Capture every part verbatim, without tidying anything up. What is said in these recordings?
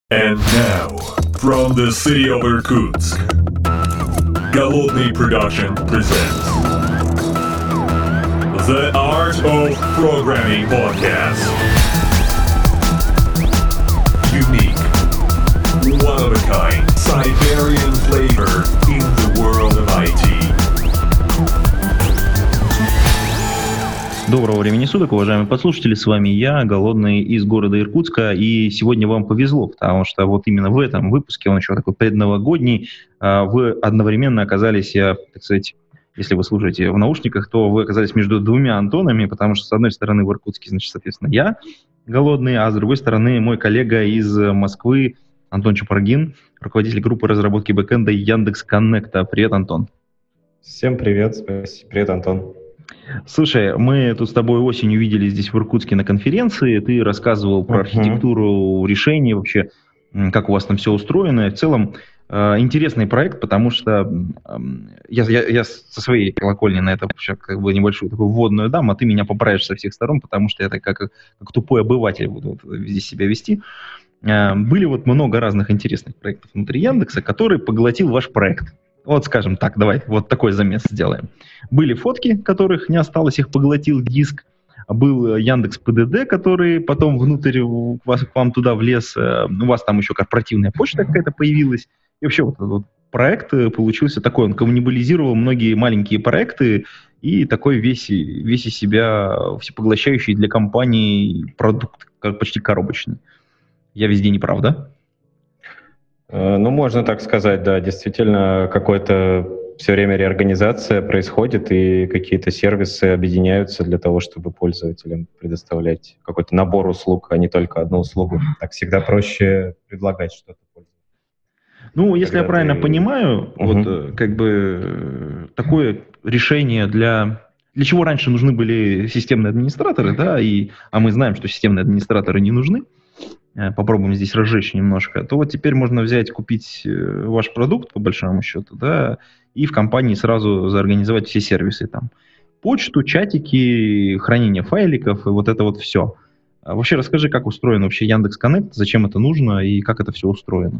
And now, from the city of Irkutsk, Голодный Production presents The Art of Programming Podcast. Unique, one-of-a-kind, Siberian flavor in the world of ай ти. Доброго времени суток, уважаемые подслушатели, с вами я, Голодный, из города Иркутска, и сегодня вам повезло, потому что вот именно в этом выпуске, он еще такой предновогодний, вы одновременно оказались, так сказать, если вы слушаете в наушниках, то вы оказались между двумя Антонами, потому что с одной стороны в Иркутске, значит, соответственно, я, Голодный, а с другой стороны мой коллега из Москвы, Антон Чапаргин, руководитель группы разработки бэкэнда Яндекс.Коннекта. Привет, Антон. Всем привет, спасибо. Привет, Антон. Слушай, мы тут с тобой осенью виделись здесь в Иркутске на конференции, ты рассказывал про uh-huh. архитектуру решений, вообще, как у вас там все устроено. В целом, э, интересный проект, потому что э, я, я, я со своей колокольни на это вообще как бы небольшую такую вводную дам, а ты меня поправишь со всех сторон, потому что я так как, как тупой обыватель буду вот здесь себя вести. Э, были вот много разных интересных проектов внутри Яндекса, который поглотил ваш проект. Вот, скажем так, давай вот такой замес сделаем. Были фотки, которых не осталось, их поглотил диск. Был Яндекс пэ дэ дэ, который потом внутрь вас, к вам туда влез. У вас там еще корпоративная почта какая-то появилась. И вообще вот этот вот проект получился такой, он коммуникабилизировал многие маленькие проекты и такой весь, весь из себя всепоглощающий для компании продукт, почти коробочный. Я везде не прав, да? Ну, можно так сказать, да. Действительно, какое-то все время реорганизация происходит, и какие-то сервисы объединяются для того, чтобы пользователям предоставлять какой-то набор услуг, а не только одну услугу. Так всегда проще предлагать что-то пользователю. Ну, если Когда я правильно ты... понимаю, угу. вот как бы такое решение для... Для чего раньше нужны были системные администраторы, да, и, а мы знаем, что системные администраторы не нужны, попробуем здесь разжечь немножко, то вот теперь можно взять, купить ваш продукт, по большому счету, да, и в компании сразу заорганизовать все сервисы там. Почту, чатики, хранение файликов и вот это вот все. А вообще расскажи, как устроен вообще Яндекс.Коннект, зачем это нужно и как это все устроено.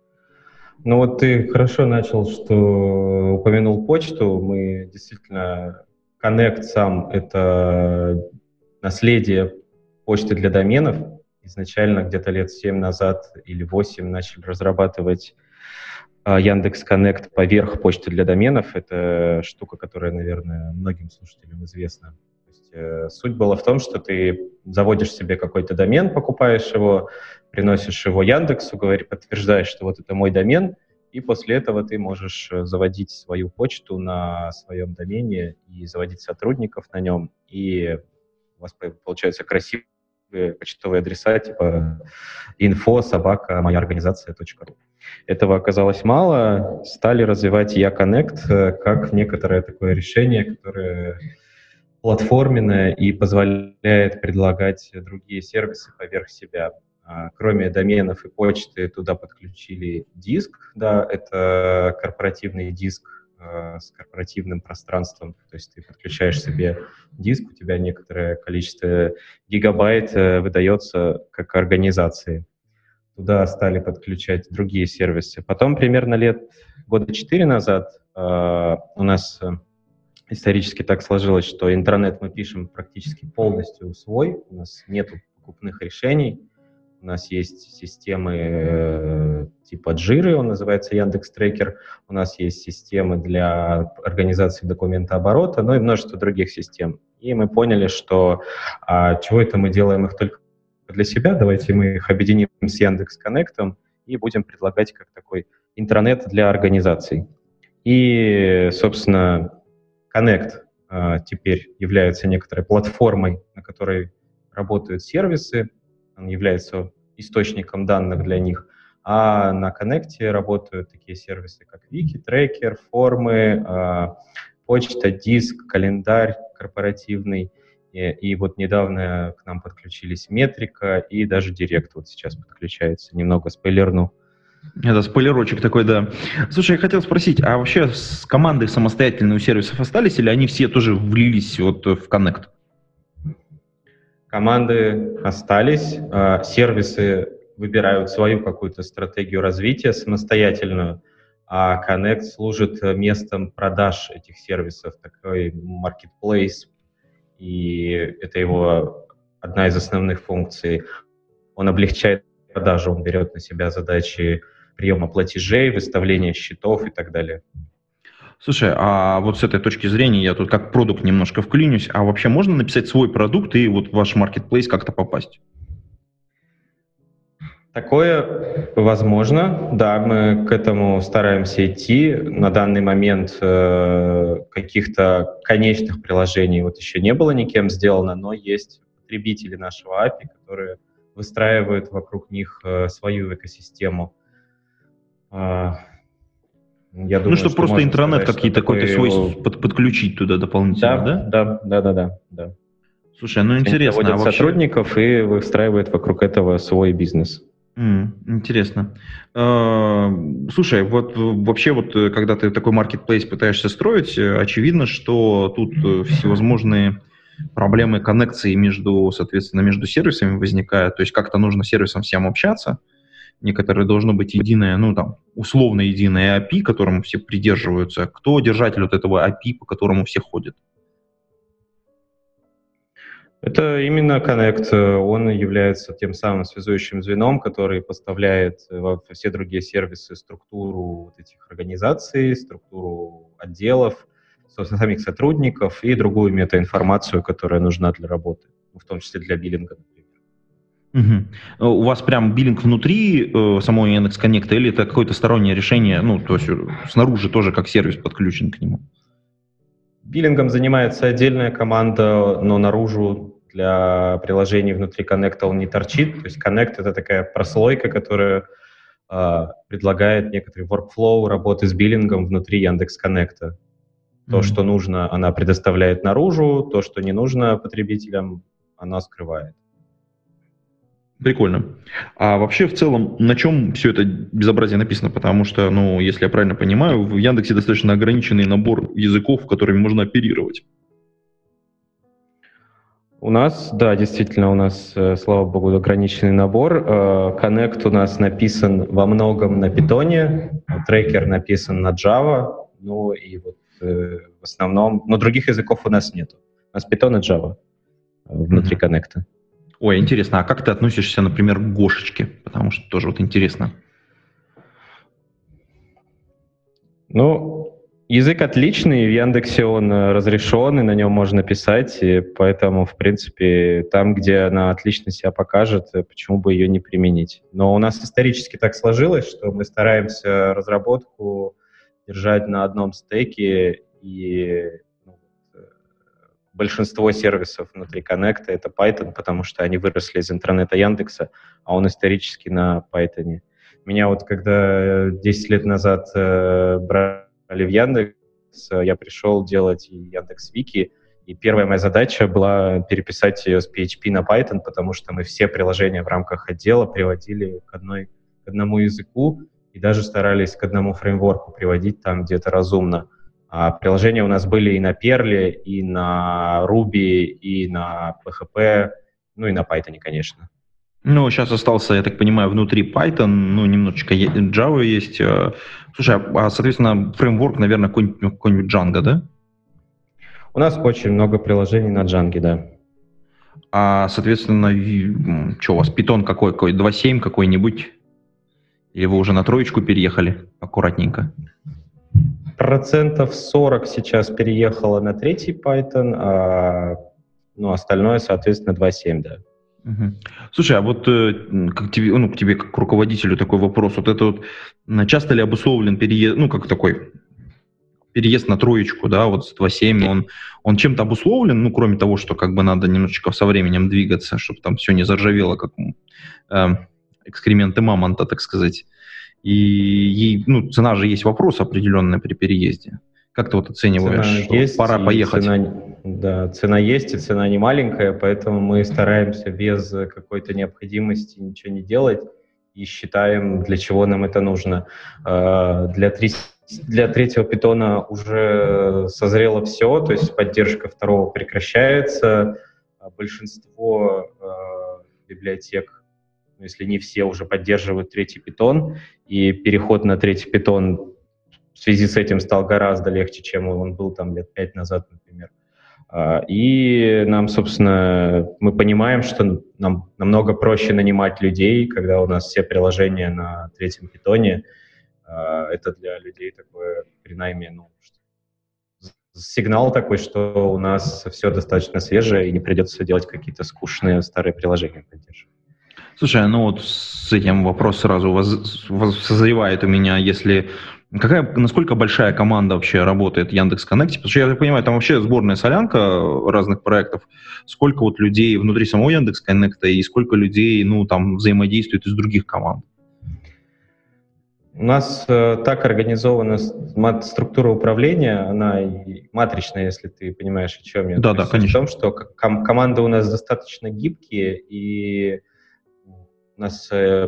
Ну вот ты хорошо начал, что упомянул почту. Мы действительно... Коннект сам — это наследие почты для доменов. Изначально где-то лет семь назад или восемь начали разрабатывать Яндекс.Коннект поверх почты для доменов. Это штука, которая, наверное, многим слушателям известна. То есть, э, суть была в том, что ты заводишь себе какой-то домен, покупаешь его, приносишь его Яндексу, говоришь, подтверждаешь, что вот это мой домен, и после этого ты можешь заводить свою почту на своем домене и заводить сотрудников на нем, и у вас получаются красивые почтовые адреса типа info собака моя организация точка ру. Этого оказалось мало, стали развивать Я.Коннект как некоторое такое решение, которое платформенное и позволяет предлагать другие сервисы поверх себя. Кроме доменов и почты, туда подключили диск. Да, это корпоративный диск э, с корпоративным пространством. То есть ты подключаешь себе диск, у тебя некоторое количество гигабайт э, выдается как организации. Туда стали подключать другие сервисы. Потом примерно лет года четыре назад э, у нас э, исторически так сложилось, что интернет мы пишем практически полностью свой. У нас нет покупных решений. У нас есть системы э, типа Jira, он называется Яндекс.Трекер. У нас есть системы для организации документооборота, ну и множество других систем. И мы поняли, что а, чего это мы делаем их только для себя, давайте мы их объединим с Яндекс.Коннектом и будем предлагать как такой интернет для организаций. И, собственно, Коннект а, теперь является некоторой платформой, на которой работают сервисы. Он является источником данных для них, а на Коннекте работают такие сервисы, как Вики, Трекер, формы, э, почта, диск, календарь корпоративный. И, и вот недавно к нам подключились Метрика и даже Директ вот сейчас подключается. Немного спойлерну. Это спойлерочек такой, да. Слушай, я хотел спросить, а вообще с командой самостоятельные у сервисов остались или они все тоже влились вот в Коннект? Команды остались, сервисы выбирают свою какую-то стратегию развития самостоятельную, а Connect служит местом продаж этих сервисов, такой marketplace, и это его одна из основных функций. Он облегчает продажу, он берет на себя задачи приема платежей, выставления счетов и так далее. Слушай, а вот с этой точки зрения я тут как продукт немножко вклинюсь, а вообще можно написать свой продукт и вот в ваш marketplace как-то попасть? Такое возможно, да, мы к этому стараемся идти. На данный момент э, каких-то конечных приложений вот еще не было никем сделано, но есть потребители нашего эй пи ай, которые выстраивают вокруг них э, свою экосистему. Э, я думаю, ну, чтобы что просто интернет сказать, какие-то какой-то свой его... под, подключить туда дополнительно, да? Да, да, да, да, да. Слушай, ну интересно. Они а вообще... сотрудников и выстраивают вокруг этого свой бизнес. Mm, интересно. Uh, слушай, вот вообще вот когда ты такой маркетплейс пытаешься строить, очевидно, что тут всевозможные проблемы коннекции между, соответственно, между сервисами возникают. То есть как-то нужно сервисам всем общаться. Некоторые должно быть единое, ну там, условно единое эй пи ай, которому все придерживаются. Кто держатель вот этого эй пи ай, по которому все ходят? Это именно Connect. Он является тем самым связующим звеном, который поставляет во все другие сервисы структуру вот этих организаций, структуру отделов, самих сотрудников и другую метаинформацию, которая нужна для работы, в том числе для биллинга, например. Угу. У вас прям биллинг внутри э, самого Яндекс.Коннекта или это какое-то стороннее решение, ну, то есть снаружи тоже как сервис подключен к нему? Биллингом занимается отдельная команда, но наружу для приложений внутри Connect он не торчит. То есть Connect — это такая прослойка, которая э, предлагает некоторый workflow работы с биллингом внутри Яндекс.Коннекта. Mm-hmm. То, что нужно, она предоставляет наружу, то, что не нужно потребителям, она скрывает. Прикольно. А вообще, в целом, на чем все это безобразие написано? Потому что, ну, если я правильно понимаю, в Яндексе достаточно ограниченный набор языков, которыми можно оперировать. У нас, да, действительно, у нас, слава богу, ограниченный набор. Connect у нас написан во многом на Python, трекер написан на Java, ну и вот в основном, но других языков у нас нет. У нас Python и Java внутри mm-hmm. Connect. Ой, интересно, а как ты относишься, например, к Гошечке? Потому что тоже вот интересно. Ну, язык отличный, в Яндексе он разрешен, и на нем можно писать, и поэтому, в принципе, там, где она отлично себя покажет, почему бы ее не применить. Но у нас исторически так сложилось, что мы стараемся разработку держать на одном стеке, и большинство сервисов внутри Connect — это Python, потому что они выросли из интернета Яндекса, а он исторически на Python. Меня вот когда десять лет назад э, брали в Яндекс, я пришел делать Яндекс.Вики, и первая моя задача была переписать ее с пи эйч пи на Python, потому что мы все приложения в рамках отдела приводили к, одной, к одному языку и даже старались к одному фреймворку приводить там, где это разумно. А приложения у нас были и на Perl, и на Ruby, и на пи эйч пи, ну и на Python, конечно. Ну, сейчас остался, я так понимаю, внутри Python, ну, немножечко Java есть. Слушай, а, соответственно, фреймворк, наверное, какой-нибудь, какой-нибудь Django, да? У нас очень много приложений на Django, да. А, соответственно, что у вас, Python какой, какой, два семь какой-нибудь? Или вы уже на троечку переехали аккуратненько? Процентов сорок сейчас переехало на третий Python, а ну, остальное, соответственно, два семь, да. Угу. Слушай, а вот как тебе, ну, к тебе как к руководителю такой вопрос. Вот это вот часто ли обусловлен переезд, ну, как такой переезд на троечку, да, вот с два семь, он, он чем-то обусловлен, ну, кроме того, что как бы надо немножечко со временем двигаться, чтобы там все не заржавело, как э, экскременты мамонта, так сказать. И ей, ну, цена же есть вопрос определенный при переезде. Как ты вот оцениваешь, цена что есть, пора поехать? Цена, да, цена есть, и цена не маленькая, поэтому мы стараемся без какой-то необходимости ничего не делать и считаем, для чего нам это нужно. Для, три, для третьего питона уже созрело все, то есть поддержка второго прекращается, большинство библиотек если не все, уже поддерживают третий питон, и переход на третий питон в связи с этим стал гораздо легче, чем он был там лет пять назад, например. И нам, собственно, мы понимаем, что нам намного проще нанимать людей, когда у нас все приложения на третьем питоне. Это для людей такое, при найме, ну, сигнал такой, что у нас все достаточно свежее и не придется делать какие-то скучные старые приложения поддерживать. Слушай, ну вот с этим вопрос сразу воз, воз, созревает у меня, если... Какая, насколько большая команда вообще работает в Яндекс.Коннекте? Потому что я так понимаю, там вообще сборная солянка разных проектов. Сколько вот людей внутри самого Яндекс.Коннекта и сколько людей, ну, там, взаимодействует из других команд? У нас э, так организована структура управления, она матричная, если ты понимаешь, о чем я. Да, да, конечно. В том, что ком- команды у нас достаточно гибкие, и у нас э,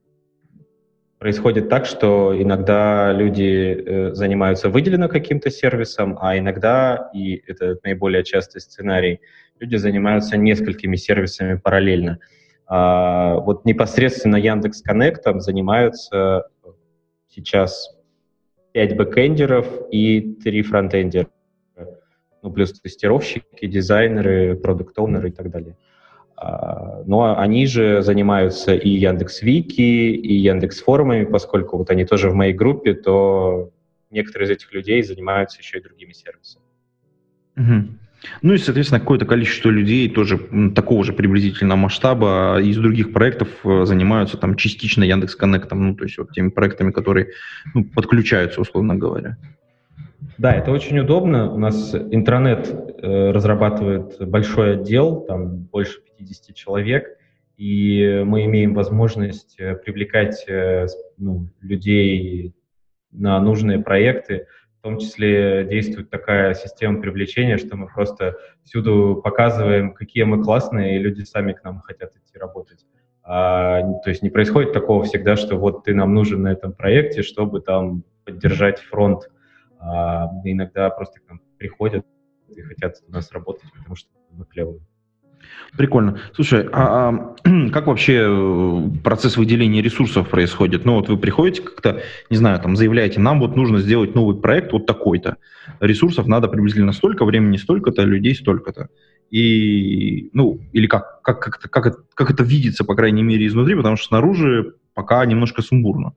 происходит так, что иногда люди э, занимаются выделенно каким-то сервисом, а иногда, и это наиболее частый сценарий, люди занимаются несколькими сервисами параллельно. А, вот непосредственно Яндекс.Коннектом занимаются сейчас пять бэкэндеров и три фронтендера, ну, плюс тестировщики, дизайнеры, продукт-оунеры и так далее. А, но они же занимаются и Яндекс.Вики, и Яндекс.Форумами, поскольку вот они тоже в моей группе, то некоторые из этих людей занимаются еще и другими сервисами. Угу. Ну и, соответственно, какое-то количество людей тоже такого же приблизительного масштаба из других проектов занимаются там частично Яндекс.Коннектом, ну то есть вот теми проектами, которые ну, подключаются, условно говоря. Да, это очень удобно. У нас интранет э, разрабатывает большой отдел, там больше пятьдесят человек, и мы имеем возможность привлекать э, ну, людей на нужные проекты. В том числе действует такая система привлечения, что мы просто всюду показываем, какие мы классные, и люди сами к нам хотят идти работать. А, то есть не происходит такого всегда, что вот ты нам нужен на этом проекте, чтобы там поддержать фронт. А, иногда просто к нам приходят и хотят у нас работать, потому что мы клевые. Прикольно. Слушай, а, а как вообще процесс выделения ресурсов происходит? Ну вот вы приходите как-то, не знаю, там заявляете, нам вот нужно сделать новый проект вот такой-то. Ресурсов надо приблизительно столько, времени столько-то, людей столько-то. И, ну, или как, как, как, это, как, это, как это видится, по крайней мере, изнутри, потому что снаружи пока немножко сумбурно.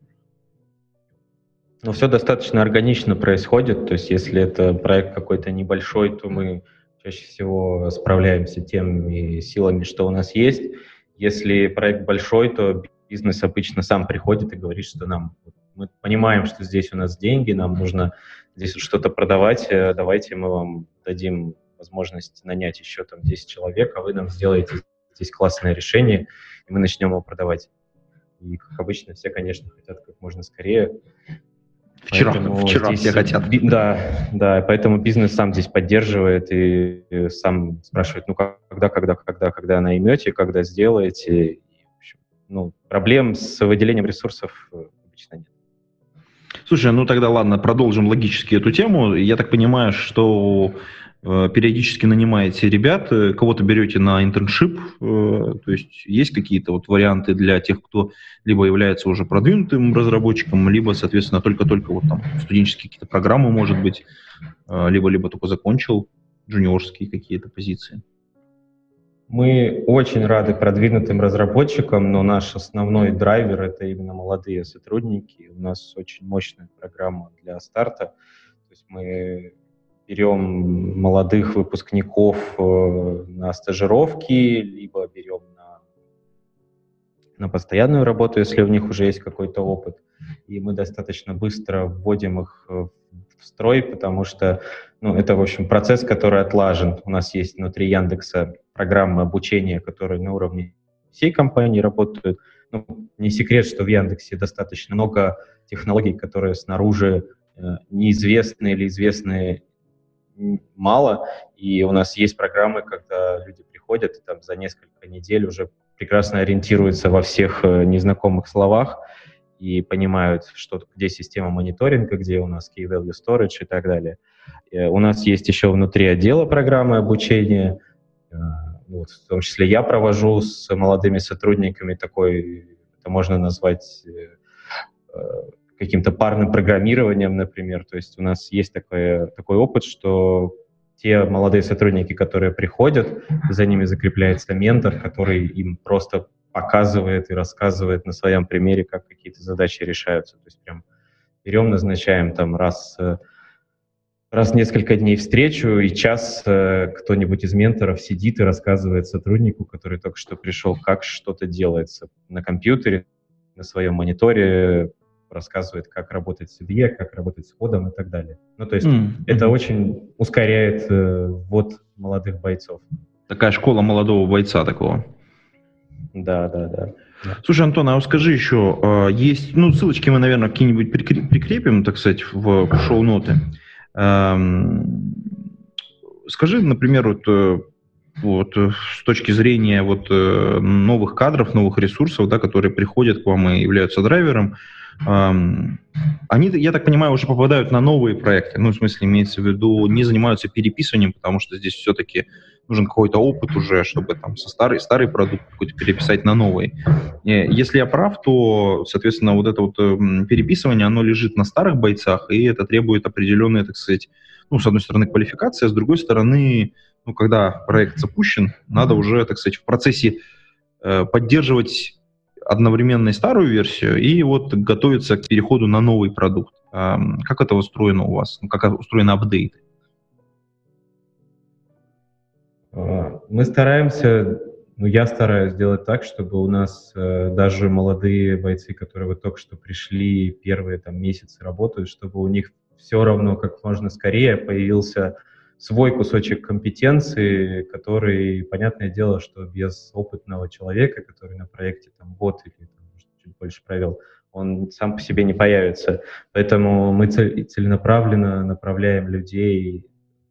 Ну, все достаточно органично происходит. То есть если это проект какой-то небольшой, то мы чаще всего справляемся теми силами, что у нас есть. Если проект большой, то бизнес обычно сам приходит и говорит, что нам мы понимаем, что здесь у нас деньги, нам нужно здесь что-то продавать, давайте мы вам дадим возможность нанять еще там десять человек, а вы нам сделаете здесь классное решение, и мы начнем его продавать. И, как обычно, все, конечно, хотят как можно скорее. Вчера, вчера здесь, все хотят. Би- да, да, поэтому бизнес сам здесь поддерживает и, и сам спрашивает, ну, когда, когда, когда, когда наймете, когда сделаете. И, в общем, ну, проблем с выделением ресурсов обычно нет. Слушай, ну тогда ладно, продолжим логически эту тему. Я так понимаю, что э, периодически нанимаете ребят, э, кого-то берете на интерншип, э, то есть есть какие-то вот варианты для тех, кто либо является уже продвинутым разработчиком, либо, соответственно, только-только вот там студенческие какие-то программы, может быть, э, либо-либо только закончил джуниорские какие-то позиции. Мы очень рады продвинутым разработчикам, но наш основной драйвер — это именно молодые сотрудники. У нас очень мощная программа для старта. То есть мы берем молодых выпускников на стажировки, либо берем на, на постоянную работу, если у них уже есть какой-то опыт. И мы достаточно быстро вводим их в строй, потому что ну, это, в общем, процесс, который отлажен. У нас есть внутри Яндекса программы обучения, которые на уровне всей компании работают. Ну, не секрет, что в Яндексе достаточно много технологий, которые снаружи э, неизвестны или известны мало. И у нас есть программы, когда люди приходят и там за несколько недель уже прекрасно ориентируются во всех э, незнакомых словах и понимают, что, где система мониторинга, где у нас Key Value Storage и так далее. У нас есть еще внутри отдела программы обучения. вот, в том числе я провожу с молодыми сотрудниками такой, это можно назвать э, каким-то парным программированием, например. То есть у нас есть такой, такой опыт, что те молодые сотрудники, которые приходят, за ними закрепляется ментор, который им просто показывает и рассказывает на своем примере, как какие-то задачи решаются. То есть прям берем, назначаем там раз, раз в несколько дней встречу, и час кто-нибудь из менторов сидит и рассказывает сотруднику, который только что пришел, как что-то делается на компьютере, на своем мониторе, рассказывает, как работать с ай ди и, как работать с кодом и так далее. Ну, то есть mm-hmm. это очень ускоряет э, ввод молодых бойцов. Такая школа молодого бойца такого. Да, да, да. Слушай, Антон, а скажи еще, есть, ну, ссылочки мы, наверное, какие-нибудь прикрепим, так сказать, в шоу-ноты. Скажи, например, вот, вот с точки зрения вот новых кадров, новых ресурсов, да, которые приходят к вам и являются драйвером, они, я так понимаю, уже попадают на новые проекты, ну, в смысле, имеется в виду, не занимаются переписыванием, потому что здесь все-таки нужен какой-то опыт уже, чтобы там со старый, старый продукт какой-то переписать на новый. Если я прав, то, соответственно, вот это вот переписывание, оно лежит на старых бойцах, и это требует определенной, так сказать, ну, с одной стороны, квалификации, а с другой стороны, ну, когда проект запущен, надо уже, так сказать, в процессе э, поддерживать одновременно и старую версию, и вот готовиться к переходу на новый продукт. Э, как это устроено у вас? Ну, как устроены апдейты? Мы стараемся, ну, я стараюсь сделать так, чтобы у нас э, даже молодые бойцы, которые вот только что пришли, первые там месяцы работают, чтобы у них все равно как можно скорее появился свой кусочек компетенции, который, понятное дело, что без опытного человека, который на проекте там год или там, может, чуть больше провел, он сам по себе не появится. Поэтому мы целенаправленно направляем людей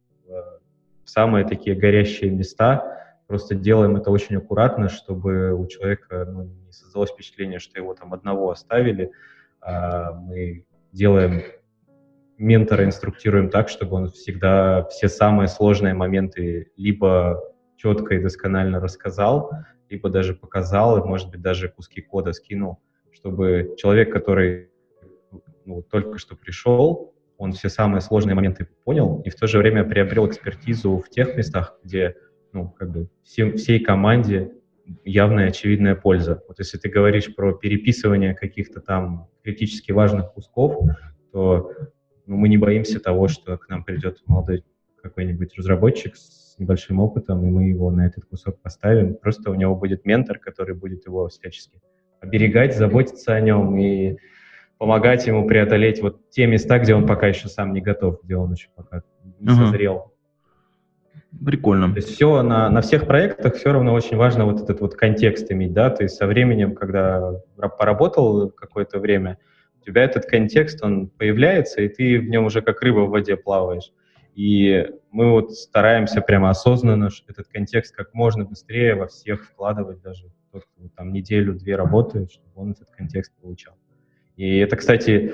в самые такие горящие места, просто делаем это очень аккуратно, чтобы у человека, ну, не создалось впечатление, что его там одного оставили. А мы делаем ментора, инструктируем так, чтобы он всегда все самые сложные моменты либо четко и досконально рассказал, либо даже показал, и, может быть, даже куски кода скинул, чтобы человек, который, ну, только что пришел, он все самые сложные моменты понял и в то же время приобрел экспертизу в тех местах, где, ну, как бы всем, всей команде явная очевидная польза. Вот если ты говоришь про переписывание каких-то там критически важных кусков, то, ну, мы не боимся того, что к нам придет молодой какой-нибудь разработчик с небольшим опытом, и мы его на этот кусок поставим. Просто у него будет ментор, который будет его всячески оберегать, заботиться о нем и помогать ему преодолеть вот те места, где он пока еще сам не готов, где он еще пока не uh-huh. созрел. Прикольно. То есть все на, на всех проектах все равно очень важно вот этот вот контекст иметь, да, то есть со временем, когда поработал какое-то время, у тебя этот контекст, он появляется, и ты в нем уже как рыба в воде плаваешь. И мы вот стараемся прямо осознанно этот контекст как можно быстрее во всех вкладывать, даже тот, кто там неделю-две работает, чтобы он этот контекст получал. И это, кстати,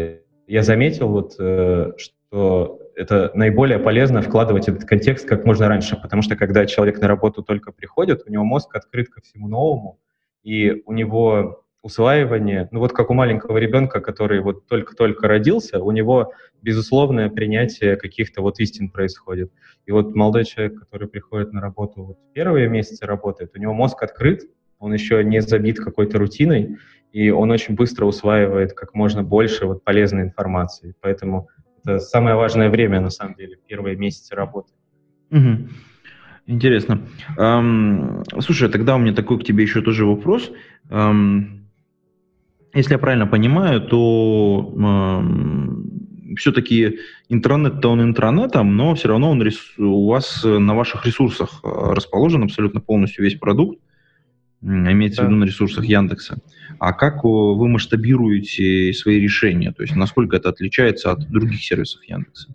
я заметил, вот, что это наиболее полезно вкладывать этот контекст как можно раньше, потому что когда человек на работу только приходит, у него мозг открыт ко всему новому, и у него усваивание, ну вот как у маленького ребенка, который вот только-только родился, у него безусловное принятие каких-то вот истин происходит. И вот молодой человек, который приходит на работу, вот первые месяцы работает, у него мозг открыт, он еще не забит какой-то рутиной, и он очень быстро усваивает как можно больше вот полезной информации. Поэтому это самое важное время, на самом деле, первые месяцы работы. Угу. Интересно. Эм, слушай, тогда у меня такой к тебе еще тоже вопрос. Эм, если я правильно понимаю, то эм, все-таки интернет-то он интранетом, но все равно он рес... у вас на ваших ресурсах расположен абсолютно полностью весь продукт. Имеется да. в виду на ресурсах Яндекса. А как вы масштабируете свои решения? То есть насколько это отличается от других сервисов Яндекса?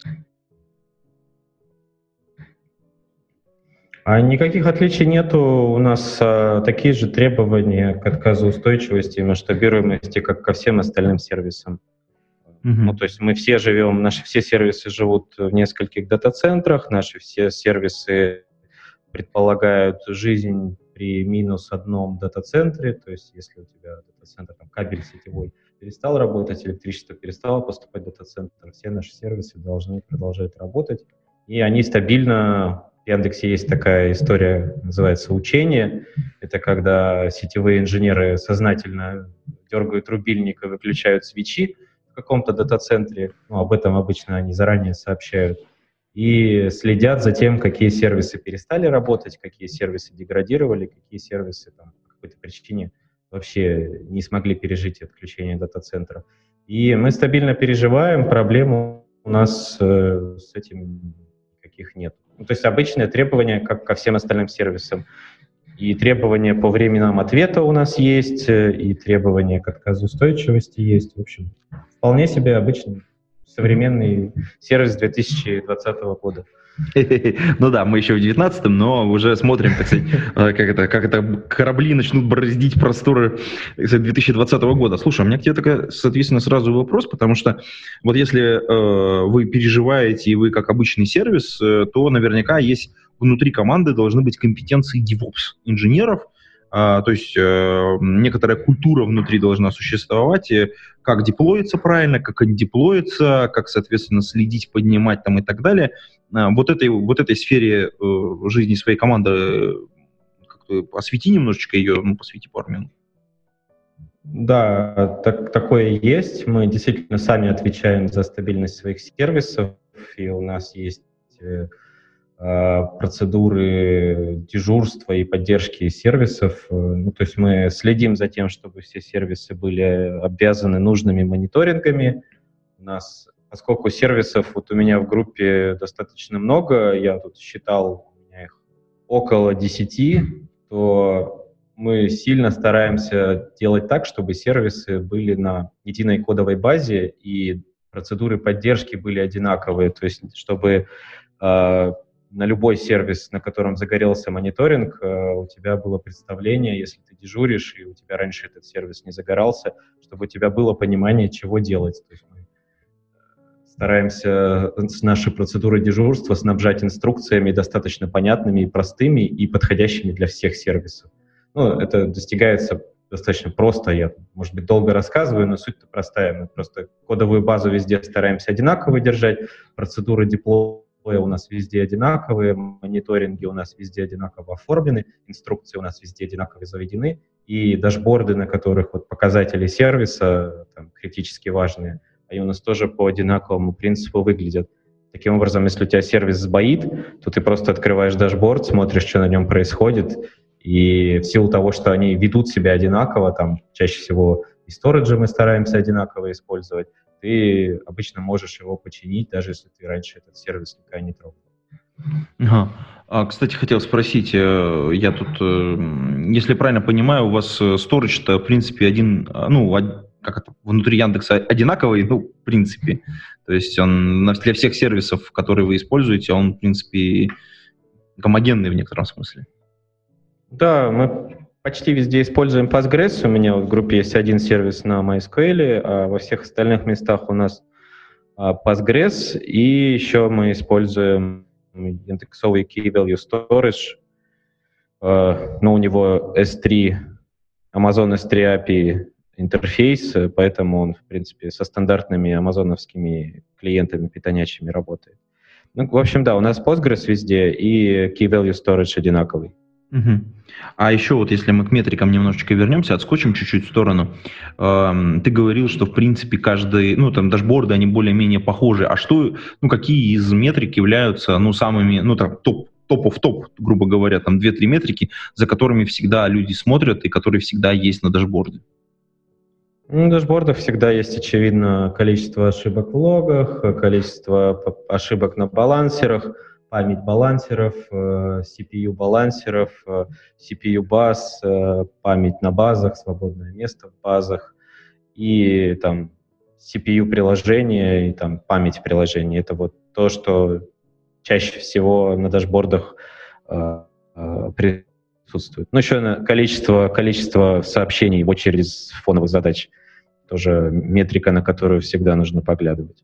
А никаких отличий нету. У нас а, такие же требования к отказоустойчивости и масштабируемости, как ко всем остальным сервисам. Uh-huh. Ну, то есть мы все живем, наши все сервисы живут в нескольких дата-центрах, наши все сервисы предполагают жизнь при минус одном дата-центре, то есть если у тебя дата-центр, там, кабель сетевой перестал работать, электричество перестало поступать в дата-центр, все наши сервисы должны продолжать работать, и они стабильно. В Яндексе есть такая история, называется учение. Это когда сетевые инженеры сознательно дергают рубильник и выключают свечи в каком-то дата-центре. Ну, об этом обычно они заранее сообщают. И следят за тем, какие сервисы перестали работать, какие сервисы деградировали, какие сервисы там, по какой-то причине вообще не смогли пережить отключение дата-центра. И мы стабильно переживаем, проблем у нас э, с этим никаких нет. Ну, то есть обычные требования, как ко всем остальным сервисам. И требования по временам ответа у нас есть, и требования к отказоустойчивости есть. В общем, вполне себе обычный современный сервис две тысячи двадцатого года. Ну да, мы еще в девятнадцатом, но уже смотрим, так сказать, как это, как это корабли начнут бороздить просторы две тысячи двадцатого года. Слушай, у меня к тебе такой, соответственно, сразу вопрос, потому что вот если э, вы переживаете, и вы как обычный сервис, э, то наверняка есть внутри команды должны быть компетенции DevOps инженеров, э, то есть э, некоторая культура внутри должна существовать, и как деплоиться правильно, как андеплоиться, как, соответственно, следить, поднимать там и так далее. Вот этой, вот этой сфере э, жизни своей команды э, как-то освети немножечко ее, ну, посвети пару минут. Да, так, такое есть. Мы действительно сами отвечаем за стабильность своих сервисов, и у нас есть э, процедуры дежурства и поддержки сервисов. Ну, то есть мы следим за тем, чтобы все сервисы были обвязаны нужными мониторингами. У нас, поскольку сервисов вот у меня в группе достаточно много, я тут считал, у меня их около десяти, то мы сильно стараемся делать так, чтобы сервисы были на единой кодовой базе и процедуры поддержки были одинаковые, то есть чтобы э, на любой сервис, на котором загорелся мониторинг, э, у тебя было представление, если ты дежуришь, и у тебя раньше этот сервис не загорался, чтобы у тебя было понимание, чего делать. То есть мы стараемся с нашей процедурой дежурства снабжать инструкциями достаточно понятными и простыми, и подходящими для всех сервисов. Ну, это достигается достаточно просто. Я, может быть, долго рассказываю, но суть-то простая. Мы просто кодовую базу везде стараемся одинаково держать, процедуры деплоя у нас везде одинаковые, мониторинги у нас везде одинаково оформлены, инструкции у нас везде одинаково заведены, и дашборды, на которых вот показатели сервиса там, критически важные, они у нас тоже по одинаковому принципу выглядят. Таким образом, если у тебя сервис сбоит, то ты просто открываешь дашборд, смотришь, что на нем происходит, и в силу того, что они ведут себя одинаково, там чаще всего и сториджи мы стараемся одинаково использовать, ты обычно можешь его починить, даже если ты раньше этот сервис никогда не трогал. Ага. А, кстати, хотел спросить, я тут, если правильно понимаю, у вас сторидж-то, в принципе, один, ну, как это, внутри Яндекса одинаковый, ну, в принципе. То есть он для всех сервисов, которые вы используете, он, в принципе, гомогенный в некотором смысле. Да, мы почти везде используем Postgres. У меня в группе есть один сервис на MySQL, а во всех остальных местах у нас Postgres. И еще мы используем индексовый Key Value Storage. Но у него эс три, Amazon эс три эй пи ай интерфейс, поэтому он, в принципе, со стандартными амазоновскими клиентами питонячими работает. Ну, в общем, да, у нас Postgres везде и Key Value Storage одинаковый. Угу. А еще вот если мы к метрикам немножечко вернемся, отскочим чуть-чуть в сторону. Эм, ты говорил, что в принципе каждый, ну там дашборды, они более-менее похожи. А что, ну какие из метрик являются, ну самыми, ну там топ, топов топ, грубо говоря, там две-три метрики, за которыми всегда люди смотрят и которые всегда есть на дашборде? Ну, на дашбордах всегда есть, очевидно, количество ошибок в логах, количество ошибок на балансерах, память балансеров, си пи ю балансеров, си пи ю баз, память на базах, свободное место в базах и там си пи ю приложения и там память приложения. Это вот то, что чаще всего на дашбордах э, э, присутствует. Ну, еще количество, количество сообщений в очереди с фоновых задач. Тоже метрика, на которую всегда нужно поглядывать.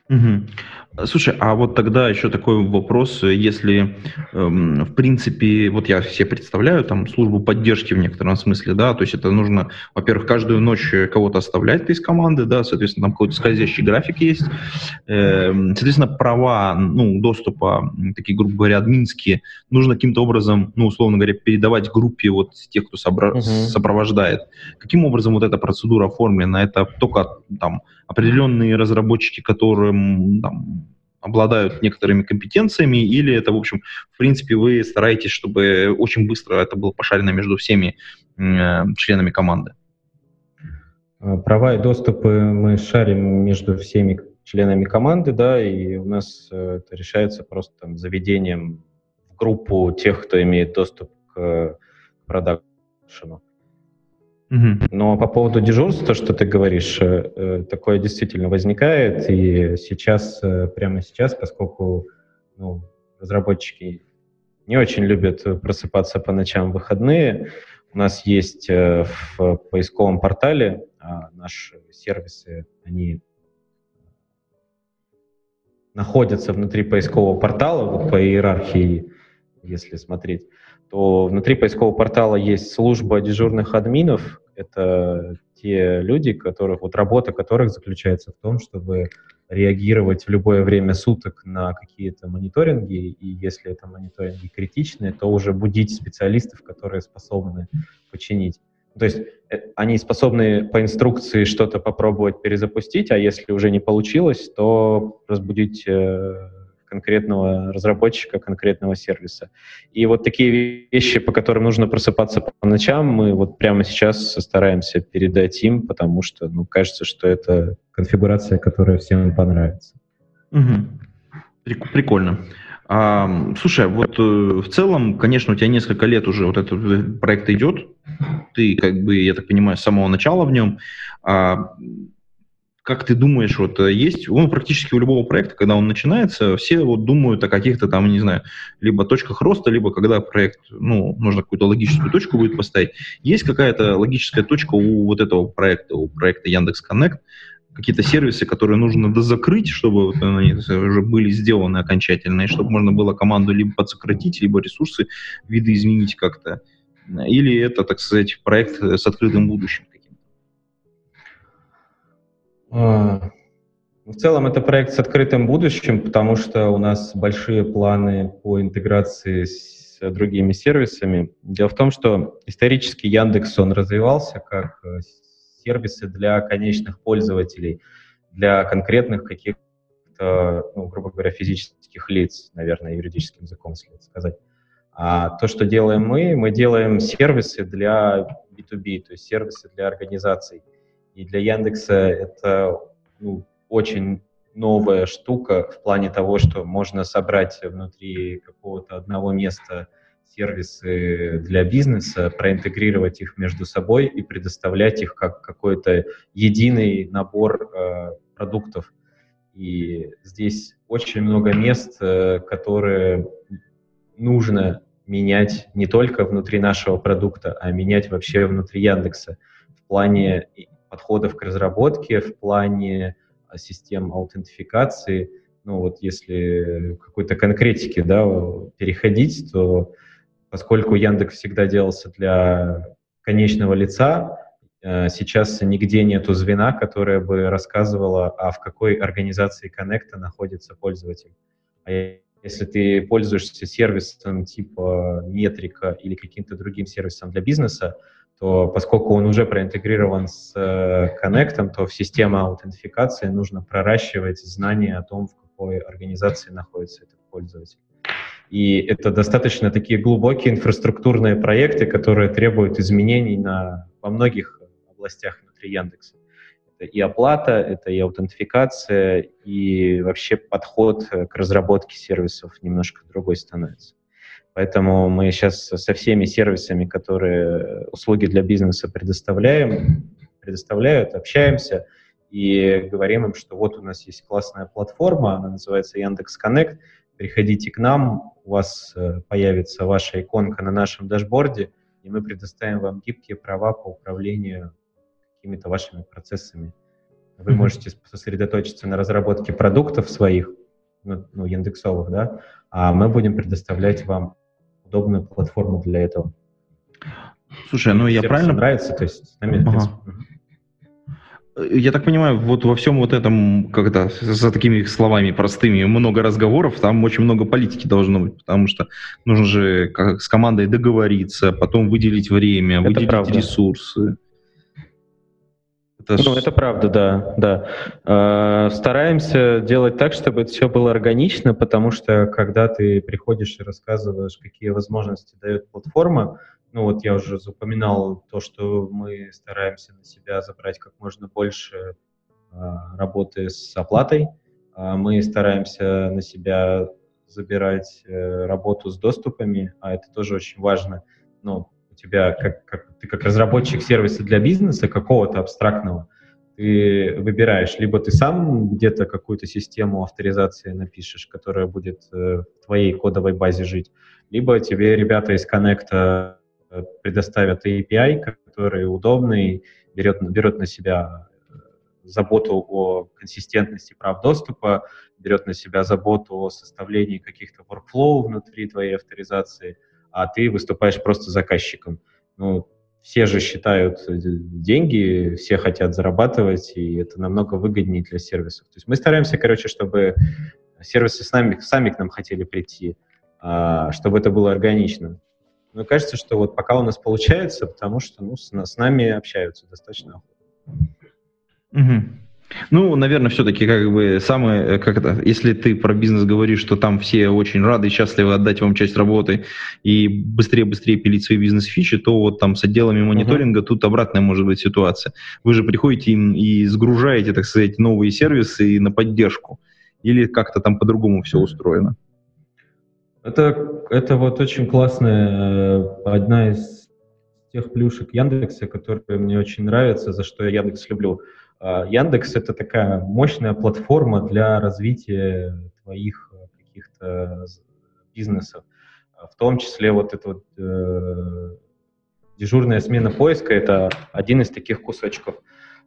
Мгм. Слушай, а вот тогда еще такой вопрос, если, эм, в принципе, вот я себе представляю там службу поддержки в некотором смысле, да, то есть это нужно, во-первых, каждую ночь э, кого-то оставлять из команды, да, соответственно, там какой-то скользящий график есть, Эм, соответственно, права, ну, доступа, м, такие, грубо говоря, админские, нужно каким-то образом, ну, условно говоря, передавать группе вот тех, кто собра- Мгм. сопровождает. Каким образом вот эта процедура оформлена? Это только там определенные разработчики, которым там, обладают некоторыми компетенциями, или это, в общем, в принципе, вы стараетесь, чтобы очень быстро это было пошарено между всеми м, э, членами команды? А, Права и доступы мы шарим между всеми членами команды, да, и у нас э, это решается просто там заведением в группу тех, кто имеет доступ к продакшену. Мгм. Но по поводу дежурства, что ты говоришь, э, э, такое действительно возникает, и сейчас, э, прямо сейчас, поскольку ну, разработчики не очень любят э, просыпаться по ночам в выходные, у нас есть э, в поисковом портале а, наши сервисы, они находятся внутри поискового портала, вот по иерархии, если смотреть, то внутри поискового портала есть служба дежурных админов. Это те люди, которых, вот работа которых заключается в том, чтобы реагировать в любое время суток на какие-то мониторинги, и если это мониторинги критичные, то уже будить специалистов, которые способны починить. То есть э, они способны по инструкции что-то попробовать перезапустить, а если уже не получилось, то разбудить э, конкретного разработчика, конкретного сервиса. И вот такие вещи, по которым нужно просыпаться по ночам, мы вот прямо сейчас стараемся передать им, потому что, ну, кажется, что это конфигурация, которая всем понравится. Мгм. Прик- Прикольно. А, слушай, вот э, в целом, конечно, у тебя несколько лет уже вот этот э, проект идет. Ты, как бы, я так понимаю, с самого начала в нем. А, как ты думаешь, вот э, есть, он практически у любого проекта, когда он начинается, все вот думают о каких-то там, не знаю, либо точках роста, либо когда проект, ну, нужно какую-то логическую точку будет поставить. Есть какая-то логическая точка у вот этого проекта, у проекта Яндекс.Коннект, какие-то сервисы, которые нужно дозакрыть, чтобы вот они уже были сделаны окончательно, и чтобы можно было команду либо подсократить, либо ресурсы, виды изменить как-то. Или это, так сказать, проект с открытым будущим каким-то? А, ну, В целом это проект с открытым будущим, потому что у нас большие планы по интеграции с другими сервисами. Дело в том, что исторически Яндекс, он развивался как э, сервисы для конечных пользователей, для конкретных каких-то, ну, грубо говоря, физических лиц, наверное, юридическим языком следует сказать. А то, что делаем мы, мы делаем сервисы для би ту би, то есть сервисы для организаций. И для Яндекса это ну, очень новая штука в плане того, что можно собрать внутри какого-то одного места сервисы для бизнеса, проинтегрировать их между собой и предоставлять их как какой-то единый набор э, продуктов. И здесь очень много мест, э, которые нужно менять не только внутри нашего продукта, а менять вообще внутри Яндекса в плане подходов к разработке, в плане а, систем аутентификации. Ну вот если какой-то конкретики, да, переходить, то поскольку Яндекс всегда делался для конечного лица, э, сейчас нигде нету звена, которое бы рассказывало, а в какой организации коннекта находится пользователь. А если ты пользуешься сервисом типа Метрика или каким-то другим сервисом для бизнеса, то поскольку он уже проинтегрирован с э, коннектом, то в систему аутентификации нужно проращивать знания о том, в какой организации находится этот пользователь. И это достаточно такие глубокие инфраструктурные проекты, которые требуют изменений на, во многих областях внутри Яндекса. Это и оплата, это и аутентификация, и вообще подход к разработке сервисов немножко другой становится. Поэтому мы сейчас со всеми сервисами, которые услуги для бизнеса предоставляем, предоставляют, общаемся и говорим им, что вот у нас есть классная платформа, она называется Яндекс.Коннект, приходите к нам, у вас э, появится ваша иконка на нашем дашборде, и мы предоставим вам гибкие права по управлению какими-то вашими процессами. вы mm-hmm. можете сосредоточиться на разработке продуктов своих, ну, ну, индексовых, да, а мы будем предоставлять вам удобную платформу для этого. Слушай, ну я правильно... нравится, то есть с нами, ага. в принципе... Я так понимаю, вот во всем вот этом, когда за такими словами простыми много разговоров, там очень много политики должно быть, потому что нужно же как с командой договориться, потом выделить время, это выделить правда. ресурсы. Это ну, ж... это правда, да, да. Э, стараемся делать так, чтобы это все было органично, потому что когда ты приходишь и рассказываешь, какие возможности дает платформа, ну вот я уже упоминал то, что мы стараемся на себя забрать как можно больше э, работы с оплатой, э, мы стараемся на себя забирать э, работу с доступами, а это тоже очень важно. Ну, у тебя, как, как, ты как разработчик сервиса для бизнеса какого-то абстрактного, ты выбираешь, либо ты сам где-то какую-то систему авторизации напишешь, которая будет э, в твоей кодовой базе жить, либо тебе ребята из Коннекта предоставят эй пи ай, который удобный, берет, берет на себя заботу о консистентности прав доступа, берет на себя заботу о составлении каких-то workflow внутри твоей авторизации, а ты выступаешь просто заказчиком. Ну, все же считают деньги, все хотят зарабатывать, и это намного выгоднее для сервисов. То есть мы стараемся, короче, чтобы сервисы с нами, сами к нам хотели прийти, чтобы это было органично. Мне кажется, что вот пока у нас получается, потому что ну, с, с нами общаются достаточно охотно. Угу. Ну, наверное, все-таки как бы самое, как это, если ты про бизнес говоришь, что там все очень рады и счастливы отдать вам часть работы и быстрее-быстрее пилить свои бизнес-фичи, то вот там с отделами мониторинга угу. тут обратная может быть ситуация. Вы же приходите им и сгружаете, так сказать, новые сервисы на поддержку. Или как-то там по-другому все устроено? Это, это вот очень классная, одна из тех плюшек Яндекса, которые мне очень нравятся, за что я Яндекс люблю. Яндекс — это такая мощная платформа для развития твоих каких-то бизнесов. В том числе вот эта вот э, дежурная смена поиска — это один из таких кусочков.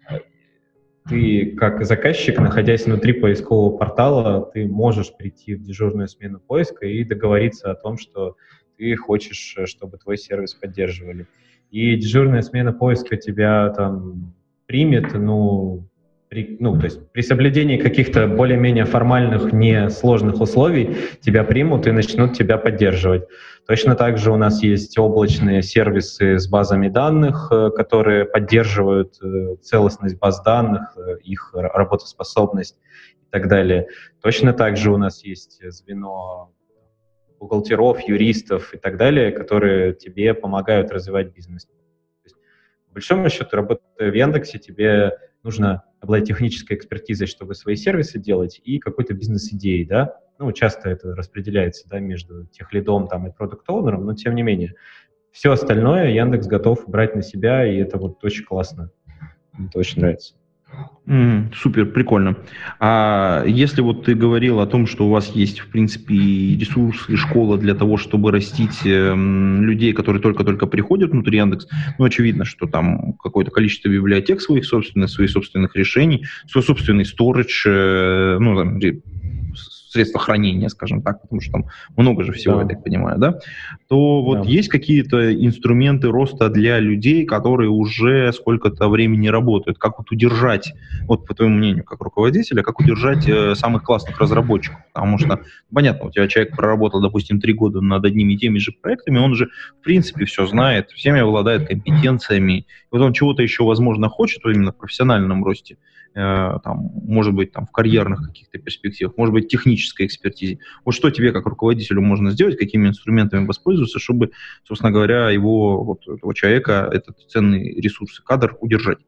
Ты, как заказчик, находясь внутри поискового портала, ты можешь прийти в дежурную смену поиска и договориться о том, что ты хочешь, чтобы твой сервис поддерживали. И дежурная смена поиска тебя там примет, ну, при, ну, то есть при соблюдении каких-то более-менее формальных, несложных условий тебя примут и начнут тебя поддерживать. Точно так же у нас есть облачные сервисы с базами данных, которые поддерживают целостность баз данных, их работоспособность и так далее. Точно так же у нас есть звено бухгалтеров, юристов и так далее, которые тебе помогают развивать бизнес. То есть, по большому счету, работая в Яндексе, тебе нужно обладать технической экспертизой, чтобы свои сервисы делать, и какой-то бизнес-идеей, да. Ну, часто это распределяется, да, между техлидом там и продукт-оунером, но тем не менее. Все остальное Яндекс готов брать на себя, и это вот очень классно. Мне это очень нравится. Mm, супер, прикольно. А если вот ты говорил о том, что у вас есть, в принципе, ресурсы, школа для того, чтобы растить э, людей, которые только-только приходят внутри Яндекс, ну, очевидно, что там какое-то количество библиотек своих собственных, своих собственных решений, свой собственный сторидж, э, ну, там, средства хранения, скажем так, потому что там много же всего, да. я так понимаю, да, то вот да. есть какие-то инструменты роста для людей, которые уже сколько-то времени работают, как вот удержать, вот по твоему мнению, как руководителя, как удержать э, самых классных разработчиков, потому что, понятно, у тебя человек проработал, допустим, три года над одними и теми же проектами, он же, в принципе, все знает, всеми обладает компетенциями, и вот он чего-то еще, возможно, хочет именно в профессиональном росте, там, может быть, там, в карьерных каких-то перспективах, может быть, технической экспертизе. Вот что тебе, как руководителю, можно сделать, какими инструментами воспользоваться, чтобы, собственно говоря, его, вот, этого человека, этот ценный ресурс и кадр удержать?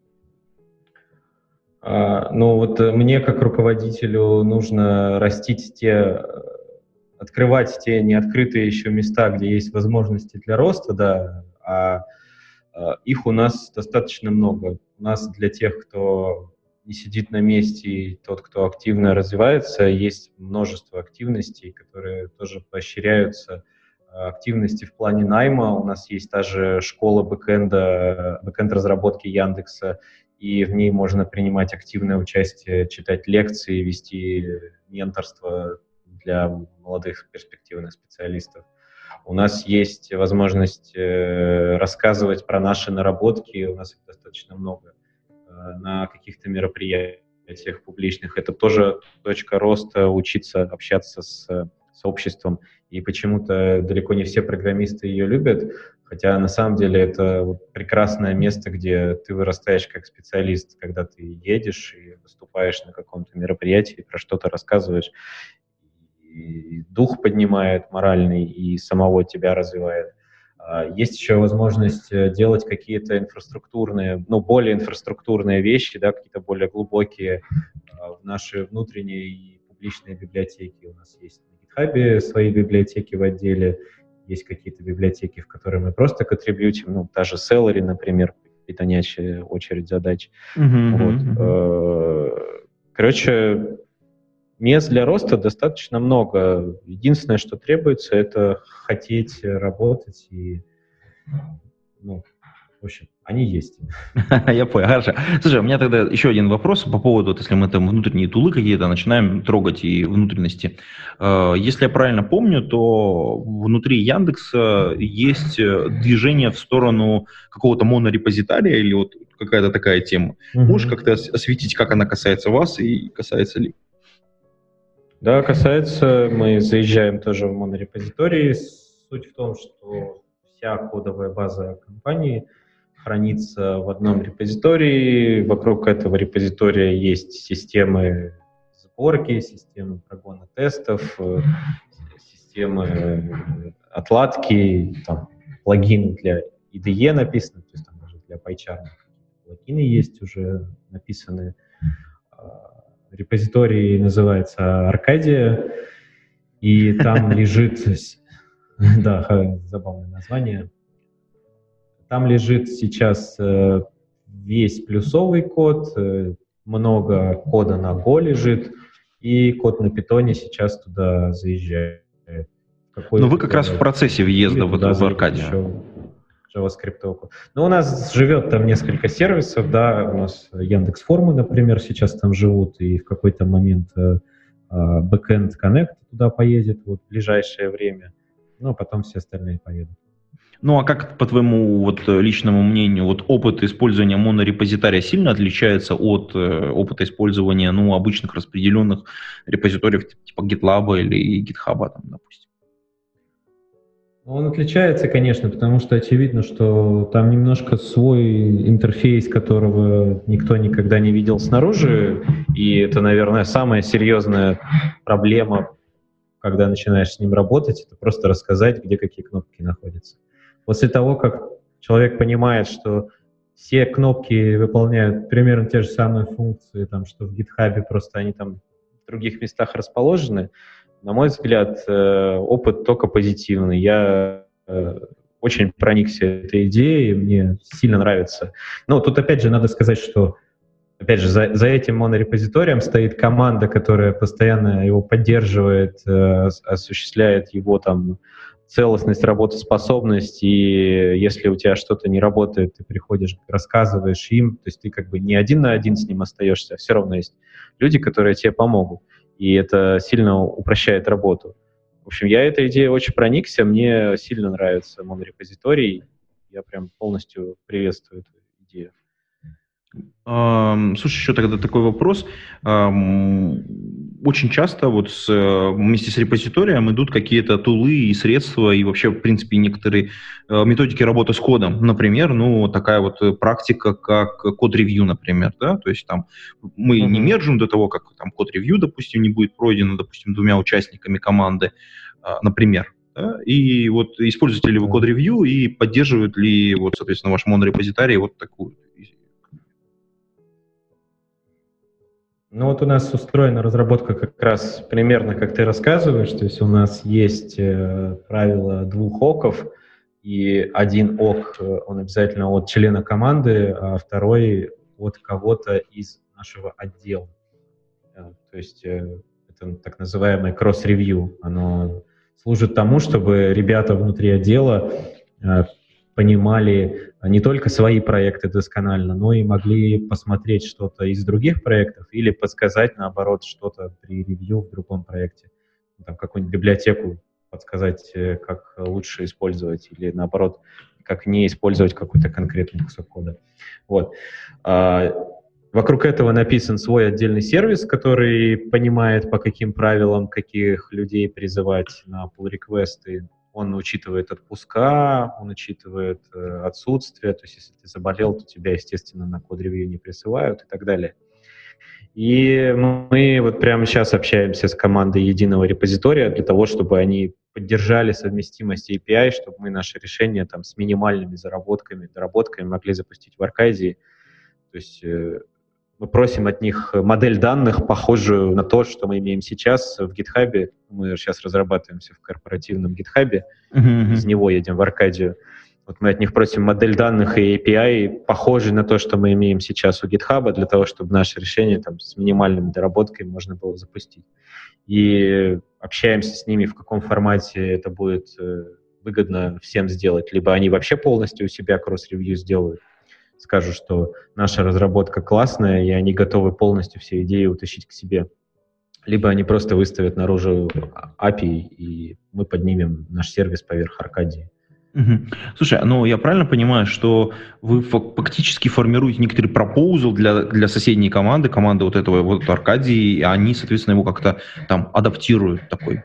А, ну, вот мне, как руководителю, нужно растить те, открывать те неоткрытые еще места, где есть возможности для роста, да, а их у нас достаточно много. У нас для тех, кто не сидит на месте, и тот, кто активно развивается, есть множество активностей, которые тоже поощряются. Активности в плане найма. У нас есть та же школа бэкэнда, бэкэнд разработки Яндекса, и в ней можно принимать активное участие, читать лекции, вести менторство для молодых перспективных специалистов. У нас есть возможность э, рассказывать про наши наработки, у нас их достаточно много, э, на каких-то мероприятиях публичных. Это тоже точка роста, учиться общаться с сообществом. И почему-то далеко не все программисты ее любят, хотя на самом деле это вот прекрасное место, где ты вырастаешь как специалист, когда ты едешь и выступаешь на каком-то мероприятии, про что-то рассказываешь. И дух поднимает моральный, и самого тебя развивает. Есть еще возможность делать какие-то инфраструктурные, ну, более инфраструктурные вещи, да, какие-то более глубокие в наши внутренние и публичные библиотеки. У нас есть на GitHub свои библиотеки в отделе, есть какие-то библиотеки, в которые мы просто контрибьютим, ну, та же Celery, например, питонячая очередь задач. Mm-hmm. Вот. Короче, мест для роста достаточно много. Единственное, что требуется, это хотеть работать и, ну, в общем, они есть. Я понял, хорошо. Слушай, у меня тогда еще один вопрос по поводу, вот, если мы там внутренние тулы какие-то начинаем трогать и внутренности. Если я правильно помню, то внутри Яндекса есть движение в сторону какого-то монорепозитария или вот какая-то такая тема. Mm-hmm. Можешь как-то осветить, как она касается вас и касается ли? Да, касается, мы заезжаем тоже в монорепозитории. Суть в том, что вся кодовая база компании хранится в одном репозитории. Вокруг этого репозитория есть системы сборки, системы прогона тестов, системы отладки, там, плагины для ай ди и написаны, то есть там даже для PyCharm плагины есть уже написанные. Репозиторий называется Аркадия, и там лежит, да, забавное название, там лежит сейчас весь плюсовый код, много кода на Go лежит, и код на питоне сейчас туда заезжает. Но вы как раз в процессе въезда в, в Аркадию. JavaScript. Ну, у нас живет там несколько сервисов, да, у нас Яндекс.Формы, например, сейчас там живут, и в какой-то момент э, Backend Connect туда поедет вот, в ближайшее время, ну, а потом все остальные поедут. Ну, а как, по твоему вот, личному мнению, вот опыт использования монорепозитария сильно отличается от э, опыта использования, ну, обычных распределенных репозиториев типа GitLab или GitHub, там, допустим? Он отличается, конечно, потому что очевидно, что там немножко свой интерфейс, которого никто никогда не видел снаружи, и это, наверное, самая серьезная проблема, когда начинаешь с ним работать, это просто рассказать, где какие кнопки находятся. После того, как человек понимает, что все кнопки выполняют примерно те же самые функции, там, что в GitHub, просто они там в других местах расположены, на мой взгляд, опыт только позитивный. Я очень проникся этой идеей, мне сильно нравится. Но тут опять же надо сказать, что опять же за, за этим монорепозиторием стоит команда, которая постоянно его поддерживает, осуществляет его там целостность, работоспособность, и если у тебя что-то не работает, ты приходишь, рассказываешь им, то есть ты как бы не один на один с ним остаешься, а все равно есть люди, которые тебе помогут. И это сильно упрощает работу. В общем, я этой идеей очень проникся, мне сильно нравится монорепозиторий, я прям полностью приветствую эту идею. Слушай, еще тогда такой вопрос. Очень часто вот с, вместе с репозиторием идут какие-то тулы и средства, и вообще, в принципе, некоторые методики работы с кодом. Например, ну, такая вот практика, как код-ревью, например, да, то есть там мы mm-hmm. не мержим до того, как там код-ревью, допустим, не будет пройдено, допустим, двумя участниками команды, например. Да? И вот используете ли вы код-ревью и поддерживает ли, вот, соответственно, ваш монорепозиторий вот такую? Ну вот у нас устроена разработка как раз примерно, как ты рассказываешь, то есть у нас есть э, правило двух оков, и один ок, он обязательно от члена команды, а второй от кого-то из нашего отдела. То есть э, это так называемое кросс-ревью, оно служит тому, чтобы ребята внутри отдела э, понимали не только свои проекты досконально, но и могли посмотреть что-то из других проектов или подсказать, наоборот, что-то при ревью в другом проекте. Там какую-нибудь библиотеку подсказать, как лучше использовать, или наоборот, как не использовать какой-то конкретный кусок кода. Вот. Вокруг этого написан свой отдельный сервис, который понимает, по каким правилам каких людей призывать на pull-реквесты. Он учитывает отпуска, он учитывает э, отсутствие, то есть если ты заболел, то тебя, естественно, на код-ревью не присылают и так далее. И мы вот прямо сейчас общаемся с командой единого репозитория для того, чтобы они поддержали совместимость эй пи ай, чтобы мы наши решения там, с минимальными заработками, доработками могли запустить в Аркадии. То есть э, мы просим от них модель данных, похожую на то, что мы имеем сейчас в GitHub. Мы сейчас разрабатываемся в корпоративном GitHub, uh-huh. из него едем в Аркадию. Вот мы от них просим модель данных и эй пи ай, похожий на то, что мы имеем сейчас у GitHub, для того, чтобы наше решение там, с минимальными доработками можно было запустить. И общаемся с ними, в каком формате это будет э, выгодно всем сделать. Либо они вообще полностью у себя кросс-ревью сделают, скажут, что наша разработка классная, и они готовы полностью все идеи утащить к себе. Либо они просто выставят наружу эй пи ай, и мы поднимем наш сервис поверх Аркадии. Угу. Слушай, ну я правильно понимаю, что вы фактически формируете некоторый пропоузал для, для соседней команды, команды вот этого вот Аркадии, и они, соответственно, его как-то там адаптируют такой?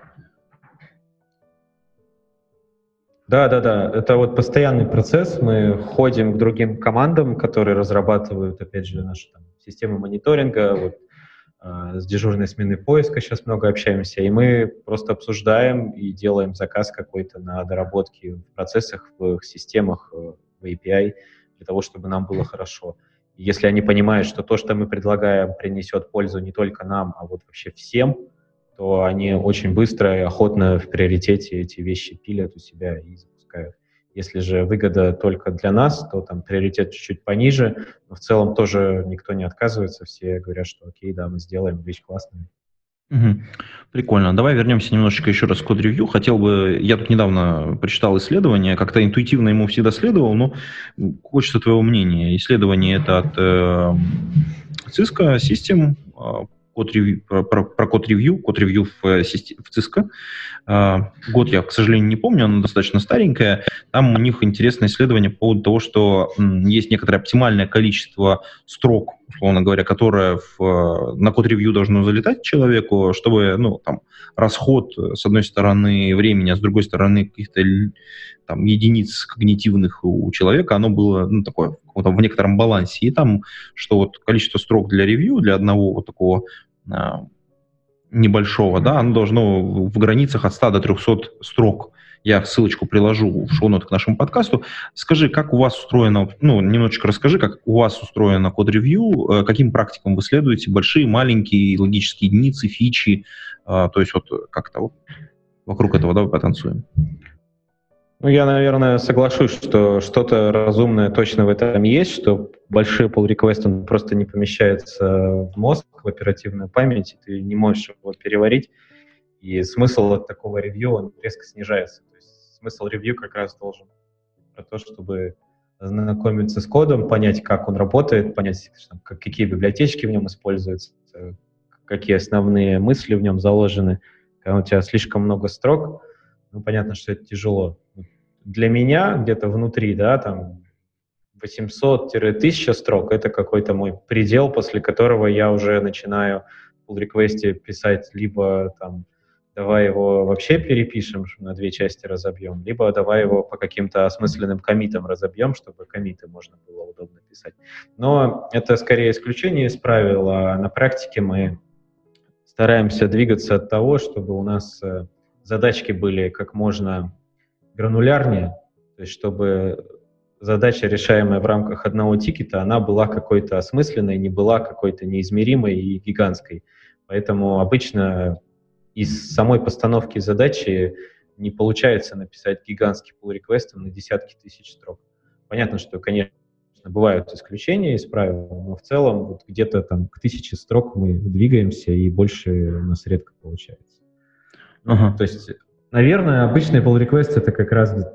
Да, да, да. Это вот постоянный процесс. Мы ходим к другим командам, которые разрабатывают, опять же, наши там, системы мониторинга. Вот, э, с дежурной смены поиска сейчас много общаемся, и мы просто обсуждаем и делаем заказ какой-то на доработки в процессах, в их системах, в эй пи ай, для того, чтобы нам было хорошо. И если они понимают, что то, что мы предлагаем, принесет пользу не только нам, а вот вообще всем, то они очень быстро и охотно в приоритете эти вещи пилят у себя и запускают. Если же выгода только для нас, то там приоритет чуть-чуть пониже, но в целом тоже никто не отказывается, все говорят, что окей, да, мы сделаем, вещь классная. Угу. Прикольно. Давай вернемся немножечко еще раз к код-ревью. Хотел бы, я тут недавно прочитал исследование, как-то интуитивно ему всегда следовал, но хочется твоего мнения. Исследование это от э, Cisco System, код-ревью, про, про код-ревью, код-ревью в, в Cisco. Uh, год я, к сожалению, не помню, оно достаточно старенькое. Там у них интересное исследование по поводу того, что м, есть некоторое оптимальное количество строк, условно говоря, которое в, на код-ревью должно залетать человеку, чтобы ну, там, расход, с одной стороны, времени, а с другой стороны, каких-то там, единиц когнитивных у человека, оно было ну, такое, в некотором балансе. И там, что вот количество строк для ревью, для одного вот такого небольшого, да, оно должно в границах от ста до трехсот строк. Я ссылочку приложу в шоу-ноты к нашему подкасту. Скажи, как у вас устроено, ну, немножечко расскажи, как у вас устроено код-ревью, каким практикам вы следуете, большие, маленькие, логические единицы, фичи, то есть вот как-то вот вокруг этого давай потанцуем. Ну, я, наверное, соглашусь, что что-то разумное точно в этом есть, что большой pull request, он просто не помещается в мозг, в оперативную память, ты не можешь его переварить, и смысл от такого ревью, он резко снижается. То есть смысл ревью как раз должен про то, чтобы знакомиться с кодом, понять, как он работает, понять, как, какие библиотечки в нем используются, какие основные мысли в нем заложены. Когда у тебя слишком много строк, ну, понятно, что это тяжело. Для меня где-то внутри, да, там восемьсот - тысяча строк — это какой-то мой предел, после которого я уже начинаю в pull-реквесте писать либо там давай его вообще перепишем, на две части разобьем, либо давай его по каким-то осмысленным коммитам разобьем, чтобы коммиты можно было удобно писать. Но это скорее исключение из правил, а на практике мы стараемся двигаться от того, чтобы у нас задачки были как можно гранулярнее, то есть чтобы задача, решаемая в рамках одного тикета, она была какой-то осмысленной, не была какой-то неизмеримой и гигантской. Поэтому обычно из самой постановки задачи не получается написать гигантский pull-request на десятки тысяч строк. Понятно, что, конечно, бывают исключения из правил, но в целом вот где-то там к тысяче строк мы двигаемся, и больше у нас редко получается. Uh-huh. То есть, наверное, обычный pull-request — это как раз где-то там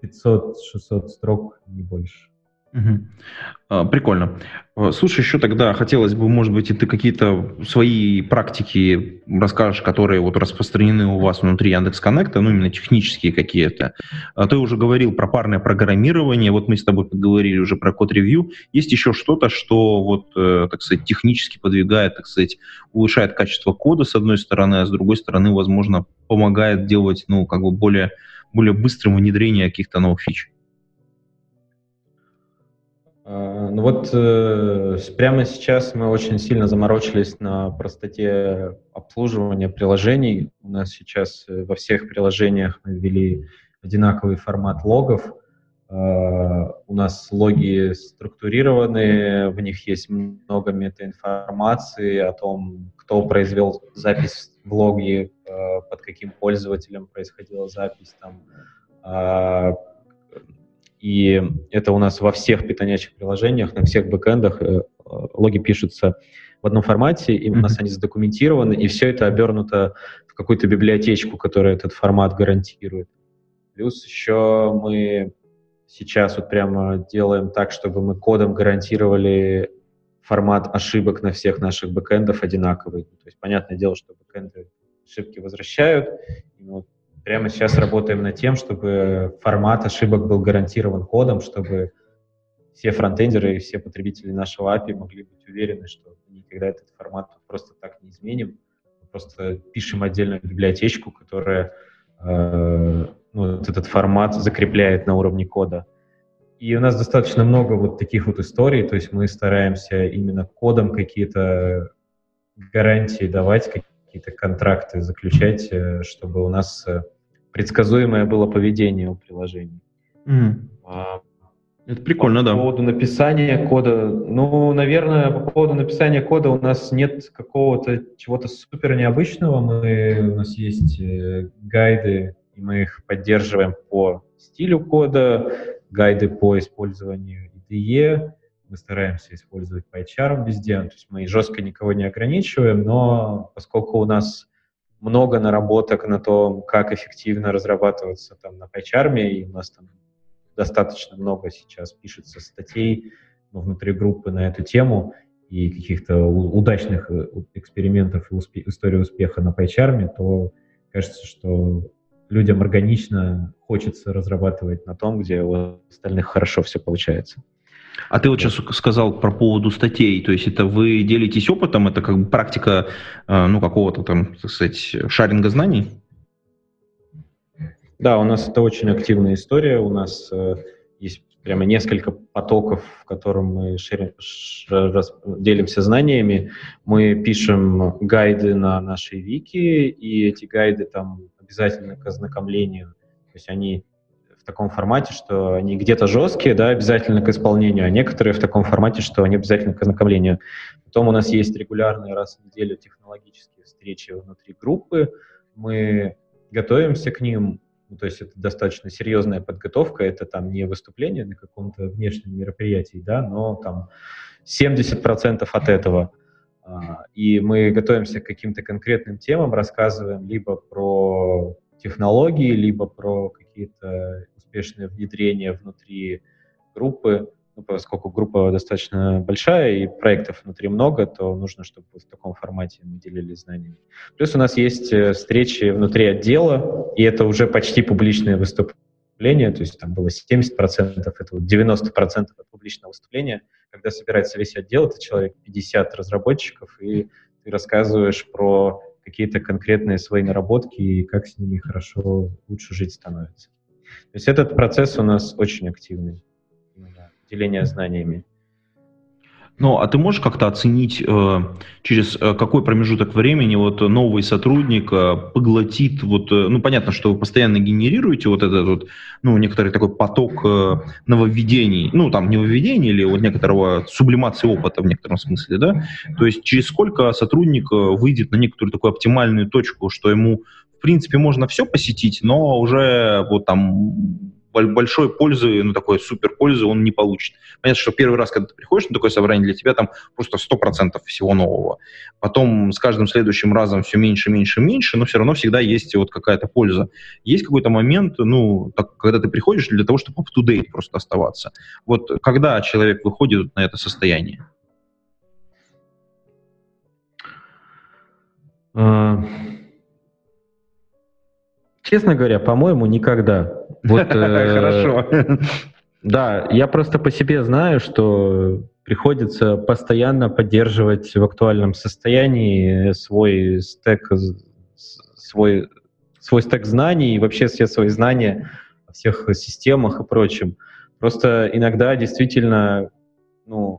пятьсот-шестьсот строк, не больше. Угу. Прикольно. Слушай, еще тогда хотелось бы, может быть, и ты какие-то свои практики расскажешь, которые вот распространены у вас внутри Яндекс.Коннекта, ну, именно технические какие-то. Ты уже говорил про парное программирование, вот мы с тобой поговорили уже про код-ревью. Есть еще что-то, что вот, так сказать, технически подвигает, так сказать, улучшает качество кода, с одной стороны, а с другой стороны, возможно, помогает делать, ну, как бы более, более быстрое внедрение каких-то новых фич? Ну вот э, прямо сейчас мы очень сильно заморочились на простоте обслуживания приложений. У нас сейчас во всех приложениях мы ввели одинаковый формат логов. Э, у нас логи структурированные, в них есть много метаинформации о том, кто произвел запись в логе, э, под каким пользователем происходила запись, там, э, и это у нас во всех питонячих приложениях, на всех бэкэндах э, логи пишутся в одном формате, и у нас они задокументированы, и все это обернуто в какую-то библиотечку, которая этот формат гарантирует. Плюс еще мы сейчас вот прямо делаем так, чтобы мы кодом гарантировали формат ошибок на всех наших бэкэндов одинаковый. То есть, понятное дело, что бэкэнды ошибки возвращают, и вот прямо сейчас работаем над тем, чтобы формат ошибок был гарантирован кодом, чтобы все фронтендеры и все потребители нашего эй пи ай могли быть уверены, что мы никогда этот формат просто так не изменим. Мы просто пишем отдельную библиотечку, которая э, ну, вот этот формат закрепляет на уровне кода. И у нас достаточно много вот таких вот историй, то есть мы стараемся именно кодом какие-то гарантии давать, какие-то контракты заключать, чтобы у нас предсказуемое было поведение у приложений. Mm. Это прикольно, по да. По поводу написания кода, ну, наверное, по поводу написания кода у нас нет какого-то чего-то супер необычного. Мы, у нас есть гайды, и мы их поддерживаем по стилю кода, гайды по использованию ай ди и. Мы стараемся использовать PyCharm везде, то есть мы жестко никого не ограничиваем, но поскольку у нас много наработок на том, как эффективно разрабатываться там на PyCharm, и у нас там достаточно много сейчас пишется статей, ну, внутри группы на эту тему, и каких-то удачных экспериментов и успе- истории успеха на PyCharm, то кажется, что людям органично хочется разрабатывать на том, где у остальных хорошо все получается. А ты вот сейчас сказал про поводу статей, то есть это вы делитесь опытом, это как бы практика, ну, какого-то там, так сказать, шаринга знаний? Да, у нас это очень активная история, у нас э, есть прямо несколько потоков, в котором мы шире, ш, раз, делимся знаниями. Мы пишем гайды на нашей вики, и эти гайды там обязательно к ознакомлению, то есть они в таком формате, что они где-то жесткие, да, обязательно к исполнению, а некоторые в таком формате, что они обязательно к ознакомлению. Потом у нас есть регулярные раз в неделю технологические встречи внутри группы, мы готовимся к ним, ну, то есть это достаточно серьезная подготовка, это там не выступление на каком-то внешнем мероприятии, да, но там семьдесят процентов от этого. И мы готовимся к каким-то конкретным темам, рассказываем либо про технологии, либо про какие-то успешные внедрения внутри группы. Ну, поскольку группа достаточно большая и проектов внутри много, то нужно, чтобы в таком формате мы делились знаниями. Плюс у нас есть встречи внутри отдела, и это уже почти публичные выступления, то есть там было семьдесят процентов, это вот девяносто процентов от публичного выступления, когда собирается весь отдел, это человек пятьдесят разработчиков, и ты рассказываешь про какие-то конкретные свои наработки и как с ними хорошо, лучше жить становится. То есть этот процесс у нас очень активный, деление знаниями. Ну, а ты можешь как-то оценить, э, через э, какой промежуток времени вот новый сотрудник э, поглотит, вот, э, ну, понятно, что вы постоянно генерируете вот этот вот, ну, некоторый такой поток э, нововведений, ну, там, нововведений или вот некоторого сублимации опыта в некотором смысле, да? То есть через сколько сотрудник выйдет на некоторую такую оптимальную точку, что ему, в принципе, можно все посетить, но уже вот там большой пользы, ну, такой супер пользы он не получит. Понятно, что первый раз, когда ты приходишь на такое собрание, для тебя там просто сто процентов всего нового. Потом с каждым следующим разом все меньше, меньше, меньше, но все равно всегда есть вот какая-то польза. Есть какой-то момент, ну, так, когда ты приходишь для того, чтобы up-to-date просто оставаться. Вот когда человек выходит на это состояние? Честно говоря, по-моему, никогда. Вот, Хорошо. Да, я просто по себе знаю, что приходится постоянно поддерживать в актуальном состоянии свой стек, свой, свой стек знаний и вообще все свои знания о всех системах и прочем. Просто иногда действительно, ну,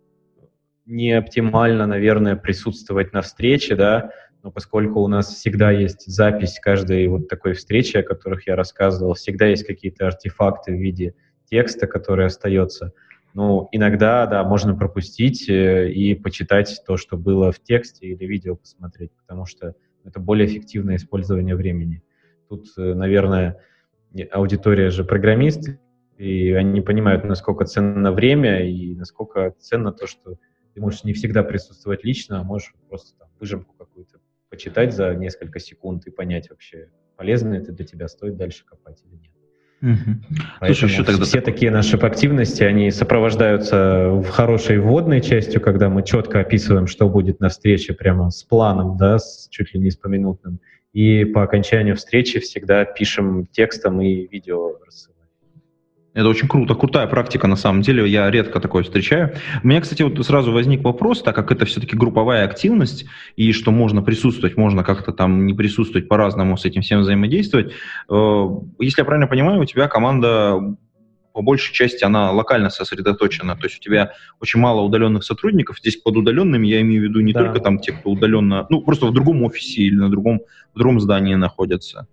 не оптимально, наверное, присутствовать на встрече, да, но поскольку у нас всегда есть запись каждой вот такой встречи, о которых я рассказывал, всегда есть какие-то артефакты в виде текста, который остается. Ну, иногда, да, можно пропустить и почитать то, что было в тексте, или видео посмотреть, потому что это более эффективное использование времени. Тут, наверное, аудитория же программисты, и они понимают, насколько ценно время и насколько ценно то, что ты можешь не всегда присутствовать лично, а можешь просто там выжимку какую-то почитать за несколько секунд и понять вообще, полезно это для тебя, стоит дальше копать или нет. Угу. Слушай, еще тогда все такие наши активности, они сопровождаются в хорошей вводной частью, когда мы четко описываем, что будет на встрече, прямо с планом, да, с, чуть ли не с поминутным. И по окончанию встречи всегда пишем текстом и видео рассылаем. Это очень круто, крутая практика на самом деле, я редко такое встречаю. У меня, кстати, вот сразу возник вопрос, так как это все-таки групповая активность, и что можно присутствовать, можно как-то там не присутствовать, по-разному с этим всем взаимодействовать. Если я правильно понимаю, у тебя команда по большей части, она локально сосредоточена, то есть у тебя очень мало удаленных сотрудников. Здесь под удаленными я имею в виду не да. только там те, кто удаленно, ну просто в другом офисе или на другом, в другом здании находятся.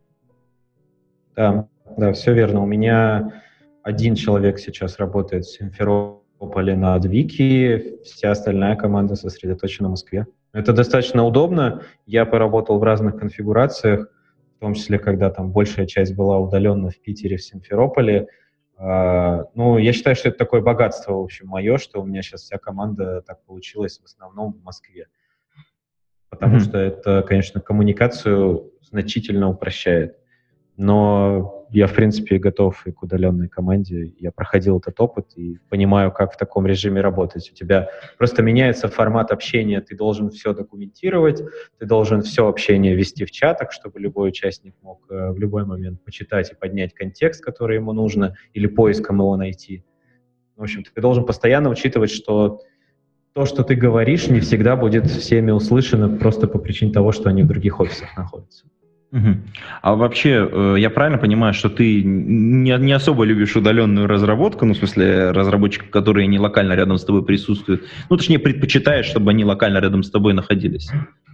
Да, да, все верно. У меня один человек сейчас работает в Симферополе над Вики, вся остальная команда сосредоточена в Москве. Это достаточно удобно. Я поработал в разных конфигурациях, в том числе, когда там большая часть была удаленно в Питере, в Симферополе. Uh, ну, я считаю, что это такое богатство, в общем, мое, что у меня сейчас вся команда так получилась в основном в Москве. Потому mm-hmm. что это, конечно, коммуникацию значительно упрощает. Но я, в принципе, готов и к удаленной команде. Я проходил этот опыт и понимаю, как в таком режиме работать. У тебя просто меняется формат общения. Ты должен все документировать, ты должен все общение вести в чатах, чтобы любой участник мог э, в любой момент почитать и поднять контекст, который ему нужно, или поиском его найти. В общем, ты должен постоянно учитывать, что то, что ты говоришь, не всегда будет всеми услышано просто по причине того, что они в других офисах находятся. Угу. А вообще, я правильно понимаю, что ты не, не особо любишь удаленную разработку, ну, в смысле, разработчиков, которые не локально рядом с тобой присутствуют, ну, точнее, предпочитаешь, чтобы они локально рядом с тобой находились?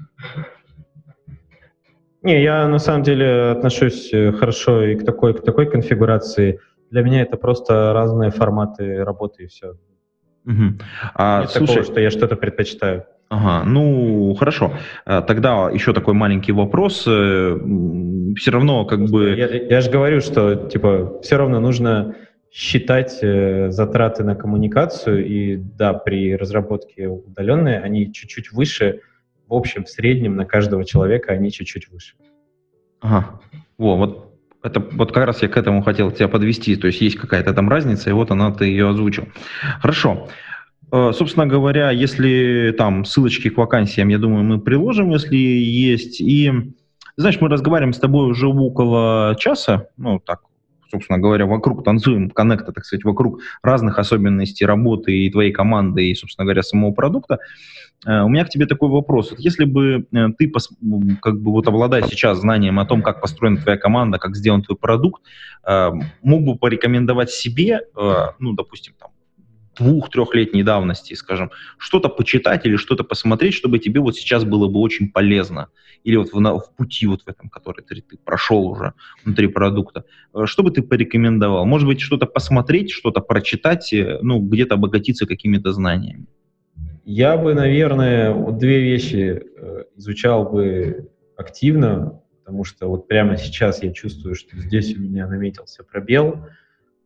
Не, я на самом деле отношусь хорошо и к такой, к такой конфигурации. Для меня это просто разные форматы работы и все. Угу. А, Нет слушай, такого, что я что-то предпочитаю. Ага, ну, хорошо. Тогда еще такой маленький вопрос. Все равно как бы... Я, я же говорю, что типа все равно нужно считать э, затраты на коммуникацию, и да, при разработке удаленной они чуть-чуть выше, в общем, в среднем на каждого человека они чуть-чуть выше. Ага, Во, вот это вот как раз я к этому хотел тебя подвести, то есть есть какая-то там разница, и вот она, ты ее озвучил. Хорошо. Собственно говоря, если там ссылочки к вакансиям, я думаю, мы приложим, если есть. И, знаешь, мы разговариваем с тобой уже около часа, ну, так, собственно говоря, вокруг, танцуем коннекта, так сказать, вокруг разных особенностей работы и твоей команды, и, собственно говоря, самого продукта. У меня к тебе такой вопрос. Вот если бы ты, как бы, вот обладая сейчас знанием о том, как построена твоя команда, как сделан твой продукт, мог бы порекомендовать себе, ну, допустим, там, двух-трехлетней давности, скажем, что-то почитать или что-то посмотреть, чтобы тебе вот сейчас было бы очень полезно, или вот в, в пути вот в этом, который ты, ты прошел уже внутри продукта, что бы ты порекомендовал? Может быть, что-то посмотреть, что-то прочитать, ну, где-то обогатиться какими-то знаниями? Я бы, наверное, вот две вещи изучал бы активно, потому что вот прямо сейчас я чувствую, что здесь у меня наметился пробел.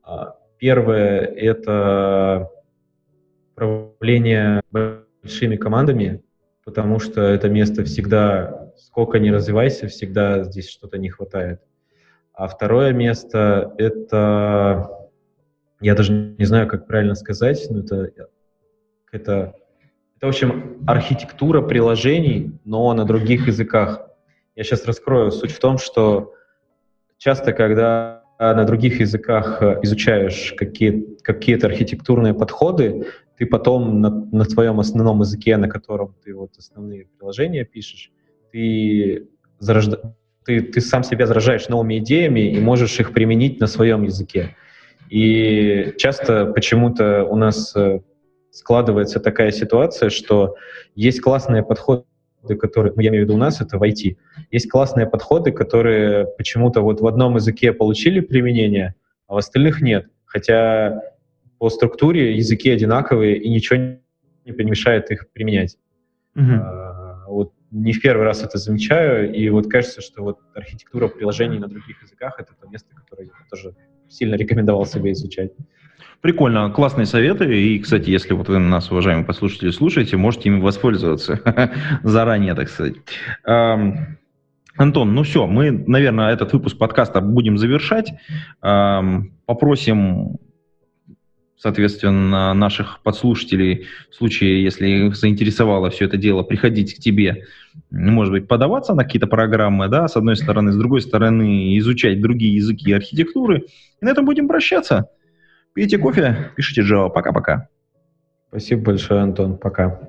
Первое — это управление большими командами, потому что это место всегда, сколько ни развивайся, всегда здесь что-то не хватает. А второе место — это, я даже не знаю, как правильно сказать, но это, это, это, в общем, архитектура приложений, но на других языках. Я сейчас раскрою. Суть в том, что часто, когда на других языках изучаешь какие, какие-то архитектурные подходы, ты потом на, на своем основном языке, на котором ты вот основные приложения пишешь, ты, зарожда... ты, ты сам себя заражаешь новыми идеями и можешь их применить на своем языке. И часто почему-то у нас складывается такая ситуация, что есть классные подходы, которые, ну, я имею в виду у нас, это в ай ти. Есть классные подходы, которые почему-то вот в одном языке получили применение, а в остальных нет. Хотя по структуре языки одинаковые, и ничего не мешает их применять. Mm-hmm. А, вот не в первый раз это замечаю, и вот кажется, что вот архитектура приложений на других языках — это то место, которое я тоже сильно рекомендовал себе изучать. Прикольно, классные советы. И, кстати, если вот вы нас, уважаемые послушатели, слушаете, можете ими воспользоваться заранее, так сказать. Антон, ну все, мы, наверное, этот выпуск подкаста будем завершать. Попросим, соответственно, наших подслушателей, в случае, если их заинтересовало все это дело, приходить к тебе, может быть, подаваться на какие-то программы, да, с одной стороны, с другой стороны, изучать другие языки и архитектуры. И на этом будем прощаться. Пейте кофе, пишите Java. Пока-пока. Спасибо большое, Антон. Пока.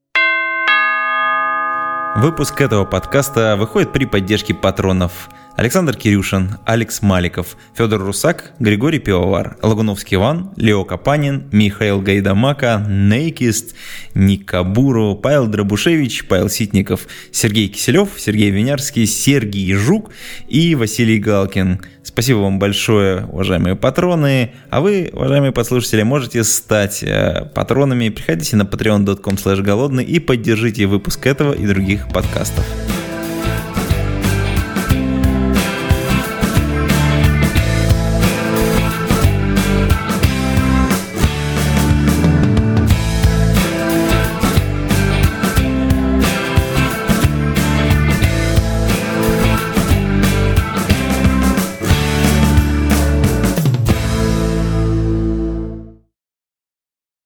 Выпуск этого подкаста выходит при поддержке патронов: Александр Кирюшин, Алекс Маликов, Федор Русак, Григорий Пивовар, Лагуновский Иван, Лео Капанин, Михаил Гайдамака, Нейкист, Ник Кабуру, Павел Дробушевич, Павел Ситников, Сергей Киселев, Сергей Винярский, Сергей Жук и Василий Галкин. Спасибо вам большое, уважаемые патроны. А вы, уважаемые подслушатели, можете стать э, патронами. Приходите на patreon точка com слэш голодный и поддержите выпуск этого и других подкастов.